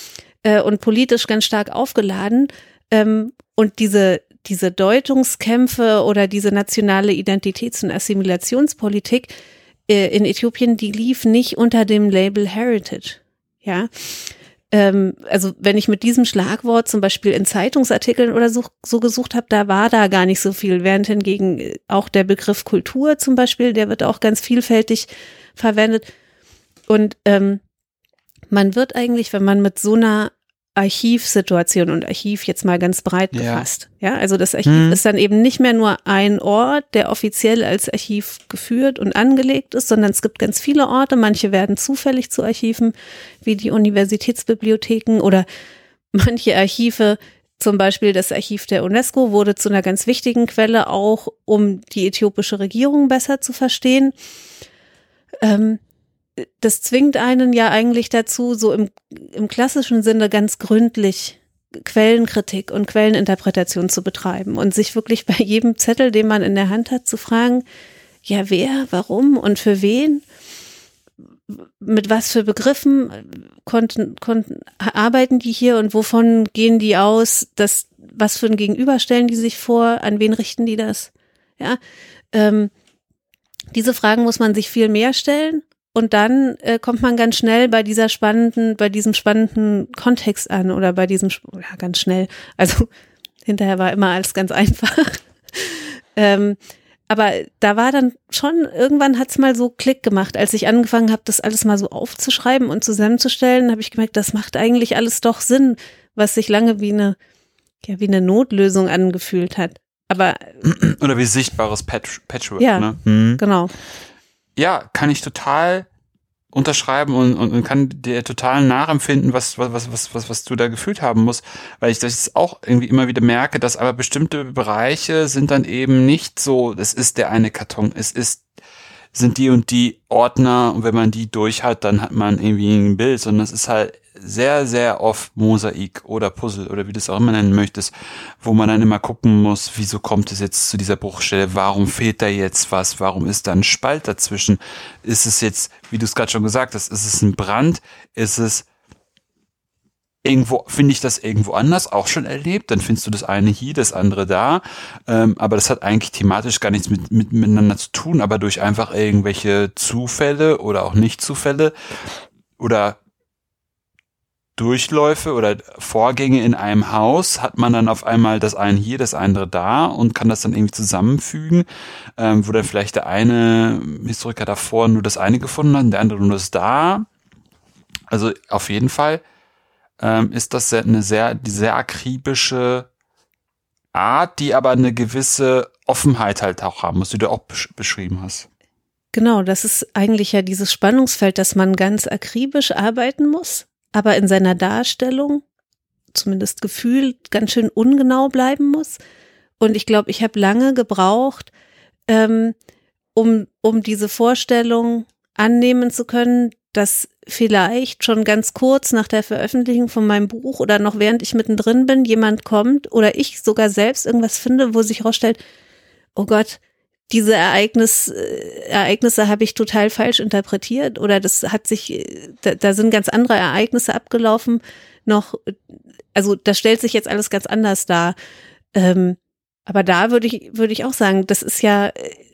[SPEAKER 2] äh, und politisch ganz stark aufgeladen. Ähm, und diese, diese Deutungskämpfe oder diese nationale Identitäts- und Assimilationspolitik äh, in Äthiopien, die lief nicht unter dem Label Heritage. Ja, ähm, also wenn ich mit diesem Schlagwort zum Beispiel in Zeitungsartikeln oder so, so gesucht habe, da war da gar nicht so viel, während hingegen auch der Begriff Kultur zum Beispiel, der wird auch ganz vielfältig verwendet. Und ähm, man wird eigentlich, wenn man mit so einer Archivsituation und Archiv jetzt mal ganz breit gefasst. Ja, ja also das Archiv hm. ist dann eben nicht mehr nur ein Ort, der offiziell als Archiv geführt und angelegt ist, sondern es gibt ganz viele Orte. Manche werden zufällig zu Archiven, wie die Universitätsbibliotheken oder manche Archive, zum Beispiel das Archiv der UNESCO, wurde zu einer ganz wichtigen Quelle auch, um die äthiopische Regierung besser zu verstehen. Ähm, Das zwingt einen ja eigentlich dazu, so im, im klassischen Sinne ganz gründlich Quellenkritik und Quelleninterpretation zu betreiben und sich wirklich bei jedem Zettel, den man in der Hand hat, zu fragen, ja, wer, warum und für wen, mit was für Begriffen konnten, konnten, arbeiten die hier und wovon gehen die aus, das, was für ein Gegenüber stellen die sich vor, an wen richten die das? Ja, ähm, diese Fragen muss man sich viel mehr stellen. Und dann äh, kommt man ganz schnell bei dieser spannenden, bei diesem spannenden Kontext an oder bei diesem, ja, ganz schnell. Also hinterher war immer alles ganz einfach. ähm, aber da war dann schon, irgendwann hat's mal so Klick gemacht, als ich angefangen habe, das alles mal so aufzuschreiben und zusammenzustellen, habe ich gemerkt, das macht eigentlich alles doch Sinn, was sich lange wie eine, ja, wie eine Notlösung angefühlt hat. Aber
[SPEAKER 1] oder wie sichtbares Patch- Patchwork.
[SPEAKER 2] Ja,
[SPEAKER 1] ne? Mhm.
[SPEAKER 2] Genau.
[SPEAKER 1] Ja, kann ich total unterschreiben und, und, und kann dir total nachempfinden, was, was, was, was, was du da gefühlt haben musst, weil ich das auch irgendwie immer wieder merke, dass aber bestimmte Bereiche sind dann eben nicht so, es ist der eine Karton, es ist, sind die und die Ordner und wenn man die durch hat, dann hat man irgendwie ein Bild, sondern es ist halt sehr, sehr oft Mosaik oder Puzzle oder wie du es auch immer nennen möchtest, wo man dann immer gucken muss, wieso kommt es jetzt zu dieser Bruchstelle, warum fehlt da jetzt was, warum ist da ein Spalt dazwischen, ist es jetzt, wie du es gerade schon gesagt hast, ist es ein Brand, ist es irgendwo, finde ich das irgendwo anders auch schon erlebt, dann findest du das eine hier, das andere da, ähm, aber das hat eigentlich thematisch gar nichts mit, mit miteinander zu tun, aber durch einfach irgendwelche Zufälle oder auch Nicht-Zufälle oder Durchläufe oder Vorgänge in einem Haus hat man dann auf einmal das eine hier, das andere da und kann das dann irgendwie zusammenfügen, ähm, wo dann vielleicht der eine Historiker davor nur das eine gefunden hat und der andere nur das da. Also auf jeden Fall ähm, ist das eine sehr, sehr akribische Art, die aber eine gewisse Offenheit halt auch haben muss, die du auch besch- beschrieben hast.
[SPEAKER 2] Genau, das ist eigentlich ja dieses Spannungsfeld, dass man ganz akribisch arbeiten muss, aber in seiner Darstellung, zumindest gefühlt, ganz schön ungenau bleiben muss. Und ich glaube, ich habe lange gebraucht, ähm, um, um diese Vorstellung annehmen zu können, dass vielleicht schon ganz kurz nach der Veröffentlichung von meinem Buch oder noch während ich mittendrin bin, jemand kommt oder ich sogar selbst irgendwas finde, wo sich herausstellt, oh Gott, diese Ereignis, Ereignisse habe ich total falsch interpretiert oder das hat sich, da, da sind ganz andere Ereignisse abgelaufen noch, also das stellt sich jetzt alles ganz anders dar. Ähm, aber da würde ich, würde ich auch sagen, das ist ja,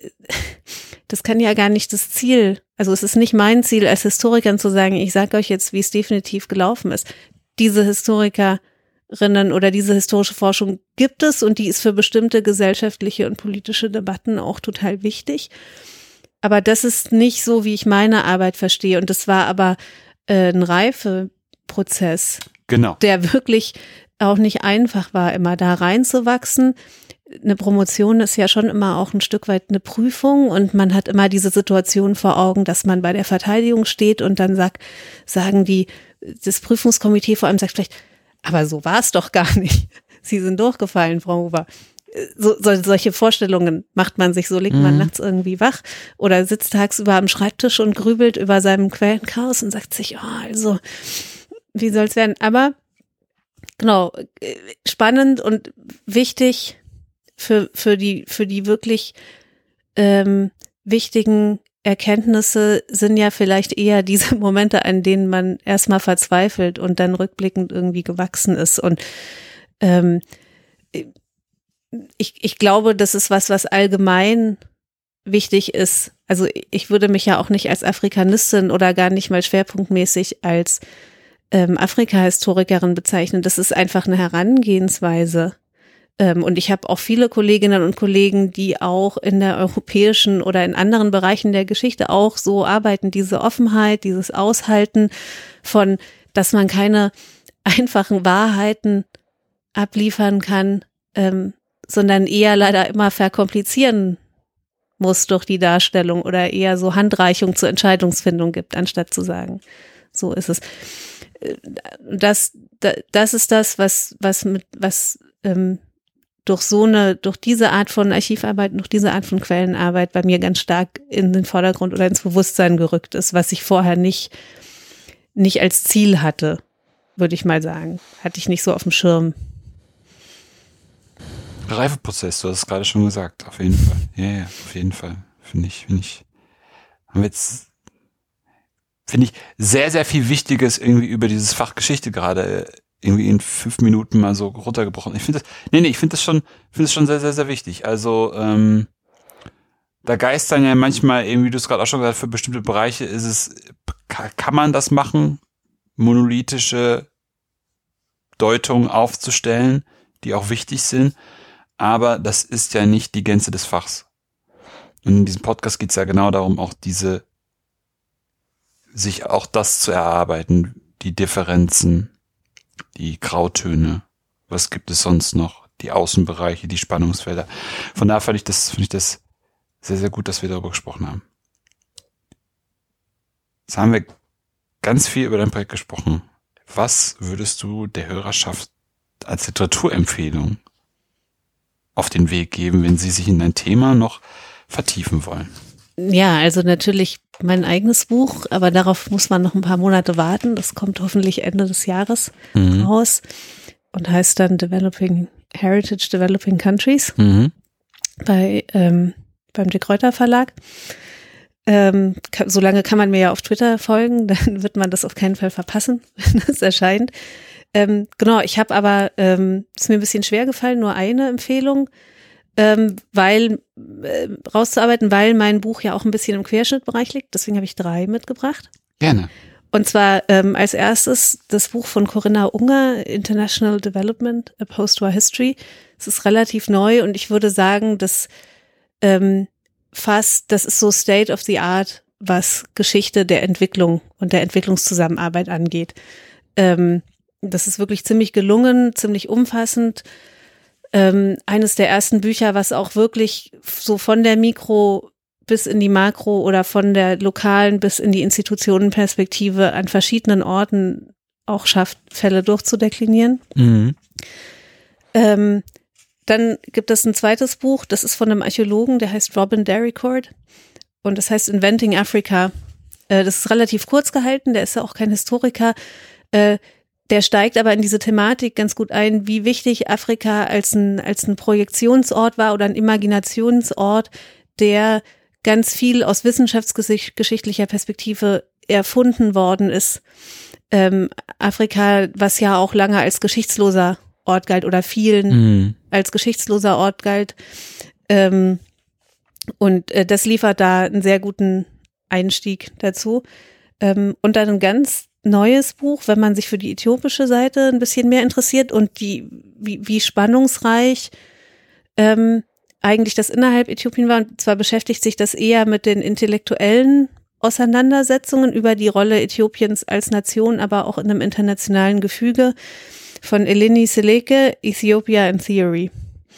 [SPEAKER 2] das kann ja gar nicht das Ziel, also es ist nicht mein Ziel als Historikerin zu sagen, ich sage euch jetzt, wie es definitiv gelaufen ist. Diese Historiker oder diese historische Forschung gibt es und die ist für bestimmte gesellschaftliche und politische Debatten auch total wichtig. Aber das ist nicht so, wie ich meine Arbeit verstehe. Und das war aber äh, ein Reifeprozess,
[SPEAKER 1] genau,
[SPEAKER 2] der wirklich auch nicht einfach war, immer da reinzuwachsen. Eine Promotion ist ja schon immer auch ein Stück weit eine Prüfung und man hat immer diese Situation vor Augen, dass man bei der Verteidigung steht und dann sagt, sagen die, das Prüfungskomitee vor allem sagt vielleicht, aber so war es doch gar nicht. Sie sind durchgefallen, Frau Huber. So, so, solche Vorstellungen macht man sich, so liegt man mhm. nachts irgendwie wach oder sitzt tagsüber am Schreibtisch und grübelt über seinem Quellenchaos und sagt sich, oh, also, wie soll es werden? Aber genau, spannend und wichtig für, für die, für die wirklich ähm, wichtigen Erkenntnisse sind ja vielleicht eher diese Momente, an denen man erstmal verzweifelt und dann rückblickend irgendwie gewachsen ist. Und ähm, ich, ich glaube, das ist was, was allgemein wichtig ist. Also ich würde mich ja auch nicht als Afrikanistin oder gar nicht mal schwerpunktmäßig als ähm, Afrika-Historikerin bezeichnen. Das ist einfach eine Herangehensweise. Ähm, und ich habe auch viele Kolleginnen und Kollegen, die auch in der europäischen oder in anderen Bereichen der Geschichte auch so arbeiten. Diese Offenheit, dieses Aushalten von, dass man keine einfachen Wahrheiten abliefern kann, ähm, sondern eher leider immer verkomplizieren muss durch die Darstellung oder eher so Handreichung zur Entscheidungsfindung gibt, anstatt zu sagen, so ist es. Das, das ist das, was, was mit, was ähm, durch so eine, durch diese Art von Archivarbeit, durch diese Art von Quellenarbeit bei mir ganz stark in den Vordergrund oder ins Bewusstsein gerückt ist, was ich vorher nicht, nicht als Ziel hatte, würde ich mal sagen. Hatte ich nicht so auf dem Schirm.
[SPEAKER 1] Reifeprozess, du hast es gerade schon gesagt, auf jeden Fall. Ja, ja, auf jeden Fall. Finde ich, finde ich. Haben wir jetzt, finde ich, sehr, sehr viel Wichtiges irgendwie über dieses Fach Geschichte gerade irgendwie in fünf Minuten mal so runtergebrochen. Ich finde das, nee, nee, ich finde das schon, finde das schon sehr, sehr, sehr wichtig. Also, ähm, da geistern ja manchmal irgendwie, wie du es gerade auch schon gesagt hast, für bestimmte Bereiche ist es, kann man das machen, monolithische Deutungen aufzustellen, die auch wichtig sind. Aber das ist ja nicht die Gänze des Fachs. Und in diesem Podcast geht es ja genau darum, auch diese, sich auch das zu erarbeiten, die Differenzen, die Grautöne, was gibt es sonst noch, die Außenbereiche, die Spannungsfelder. Von daher fand ich das, finde ich das sehr, sehr gut, dass wir darüber gesprochen haben. Jetzt haben wir ganz viel über dein Projekt gesprochen. Was würdest du der Hörerschaft als Literaturempfehlung auf den Weg geben, wenn sie sich in ein Thema noch vertiefen wollen?
[SPEAKER 2] Ja, also natürlich mein eigenes Buch, aber darauf muss man noch ein paar Monate warten. Das kommt hoffentlich Ende des Jahres mhm. raus und heißt dann Developing Heritage Developing Countries mhm. bei ähm, beim De Gruyter Verlag. Ähm, kann, solange kann man mir ja auf Twitter folgen, dann wird man das auf keinen Fall verpassen, wenn es erscheint. Ähm, genau, ich habe aber, ähm, ist mir ein bisschen schwer gefallen, nur eine Empfehlung, ähm, weil äh, rauszuarbeiten, weil mein Buch ja auch ein bisschen im Querschnittbereich liegt. Deswegen habe ich drei mitgebracht.
[SPEAKER 1] Gerne.
[SPEAKER 2] Und zwar ähm, als erstes das Buch von Corinna Unger, International Development, A Post-War History. Es ist relativ neu und ich würde sagen, dass ähm, fast, das ist so State of the Art, was Geschichte der Entwicklung und der Entwicklungszusammenarbeit angeht. Ähm, Das ist wirklich ziemlich gelungen, ziemlich umfassend. Ähm, eines der ersten Bücher, was auch wirklich so von der Mikro- bis in die Makro- oder von der lokalen bis in die Institutionenperspektive an verschiedenen Orten auch schafft, Fälle durchzudeklinieren. Mhm. Ähm, dann gibt es ein zweites Buch, das ist von einem Archäologen, der heißt Robin Derricourt und das heißt Inventing Africa. Äh, das ist relativ kurz gehalten, der ist ja auch kein Historiker. Äh, Der steigt aber in diese Thematik ganz gut ein, wie wichtig Afrika als ein, als ein Projektionsort war oder ein Imaginationsort, der ganz viel aus wissenschaftsgeschichtlicher Perspektive erfunden worden ist. Ähm, Afrika, was ja auch lange als geschichtsloser Ort galt oder vielen mhm. als geschichtsloser Ort galt. Ähm, und äh, das liefert da einen sehr guten Einstieg dazu. Ähm, und dann ein ganz neues Buch, wenn man sich für die äthiopische Seite ein bisschen mehr interessiert und die wie, wie spannungsreich ähm, eigentlich das innerhalb Äthiopien war. Und zwar beschäftigt sich das eher mit den intellektuellen Auseinandersetzungen über die Rolle Äthiopiens als Nation, aber auch in einem internationalen Gefüge von Eleni Seleke, Ethiopia in Theory.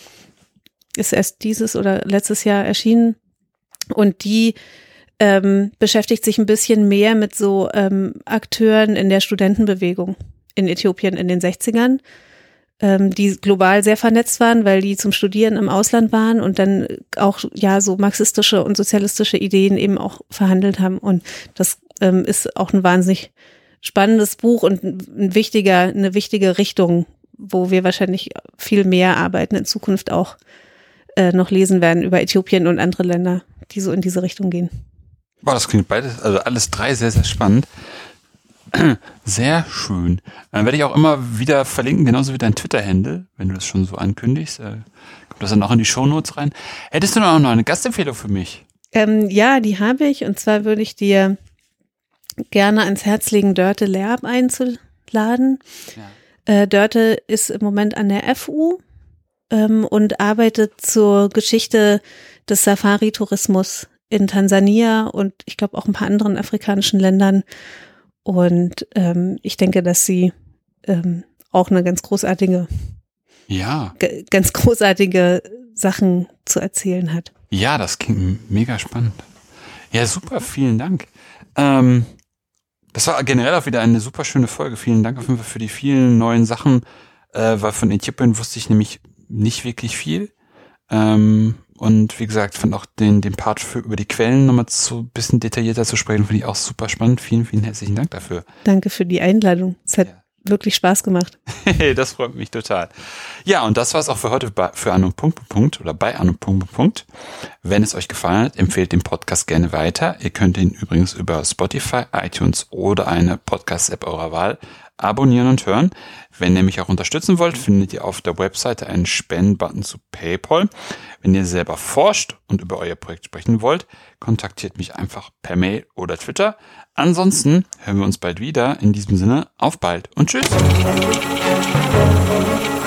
[SPEAKER 2] Ist erst dieses oder letztes Jahr erschienen. Und die Ähm, beschäftigt sich ein bisschen mehr mit so ähm, Akteuren in der Studentenbewegung in Äthiopien in den sechzigern, ähm, die global sehr vernetzt waren, weil die zum Studieren im Ausland waren und dann auch ja so marxistische und sozialistische Ideen eben auch verhandelt haben. Und das ähm, ist auch ein wahnsinnig spannendes Buch und ein wichtiger, eine wichtige Richtung, wo wir wahrscheinlich viel mehr Arbeiten in Zukunft auch äh, noch lesen werden über Äthiopien und andere Länder, die so in diese Richtung gehen.
[SPEAKER 1] Boah, das klingt beides, also alles drei sehr, sehr spannend. Sehr schön. Dann werde ich auch immer wieder verlinken, genauso wie dein Twitter-Handle, wenn du das schon so ankündigst. Äh, kommt das dann auch in die Shownotes rein. Hättest du noch eine Gastempfehlung für mich?
[SPEAKER 2] Ähm, ja, die habe ich. Und zwar würde ich dir gerne ans Herz legen, Dörte Lerb einzuladen. Ja. Äh, Dörte ist im Moment an der F U ähm, und arbeitet zur Geschichte des Safari-Tourismus in Tansania und ich glaube auch ein paar anderen afrikanischen Ländern. Und ähm, ich denke, dass sie ähm, auch eine ganz großartige,
[SPEAKER 1] ja,
[SPEAKER 2] g- ganz großartige Sachen zu erzählen hat.
[SPEAKER 1] Ja, das klingt mega spannend. Ja, super, vielen Dank. Ähm, das war generell auch wieder eine super schöne Folge. Vielen Dank auf jeden Fall für die vielen neuen Sachen, äh, weil von Äthiopien wusste ich nämlich nicht wirklich viel. Ähm, und wie gesagt, fand auch den, den Part für über die Quellen nochmal so ein bisschen detaillierter zu sprechen, finde ich auch super spannend. Vielen, vielen herzlichen Dank dafür.
[SPEAKER 2] Danke für die Einladung. Es hat ja. wirklich Spaß gemacht.
[SPEAKER 1] Das freut mich total. Ja, und das war's auch für heute bei, für Anno Punkt Punkt oder bei Anno Punkt Punkt. Wenn es euch gefallen hat, empfehlt den Podcast gerne weiter. Ihr könnt ihn übrigens über Spotify, iTunes oder eine Podcast-App eurer Wahl abonnieren und hören. Wenn ihr mich auch unterstützen wollt, findet ihr auf der Webseite einen Spenden-Button zu PayPal. Wenn ihr selber forscht und über euer Projekt sprechen wollt, kontaktiert mich einfach per Mail oder Twitter. Ansonsten hören wir uns bald wieder. In diesem Sinne, auf bald und tschüss.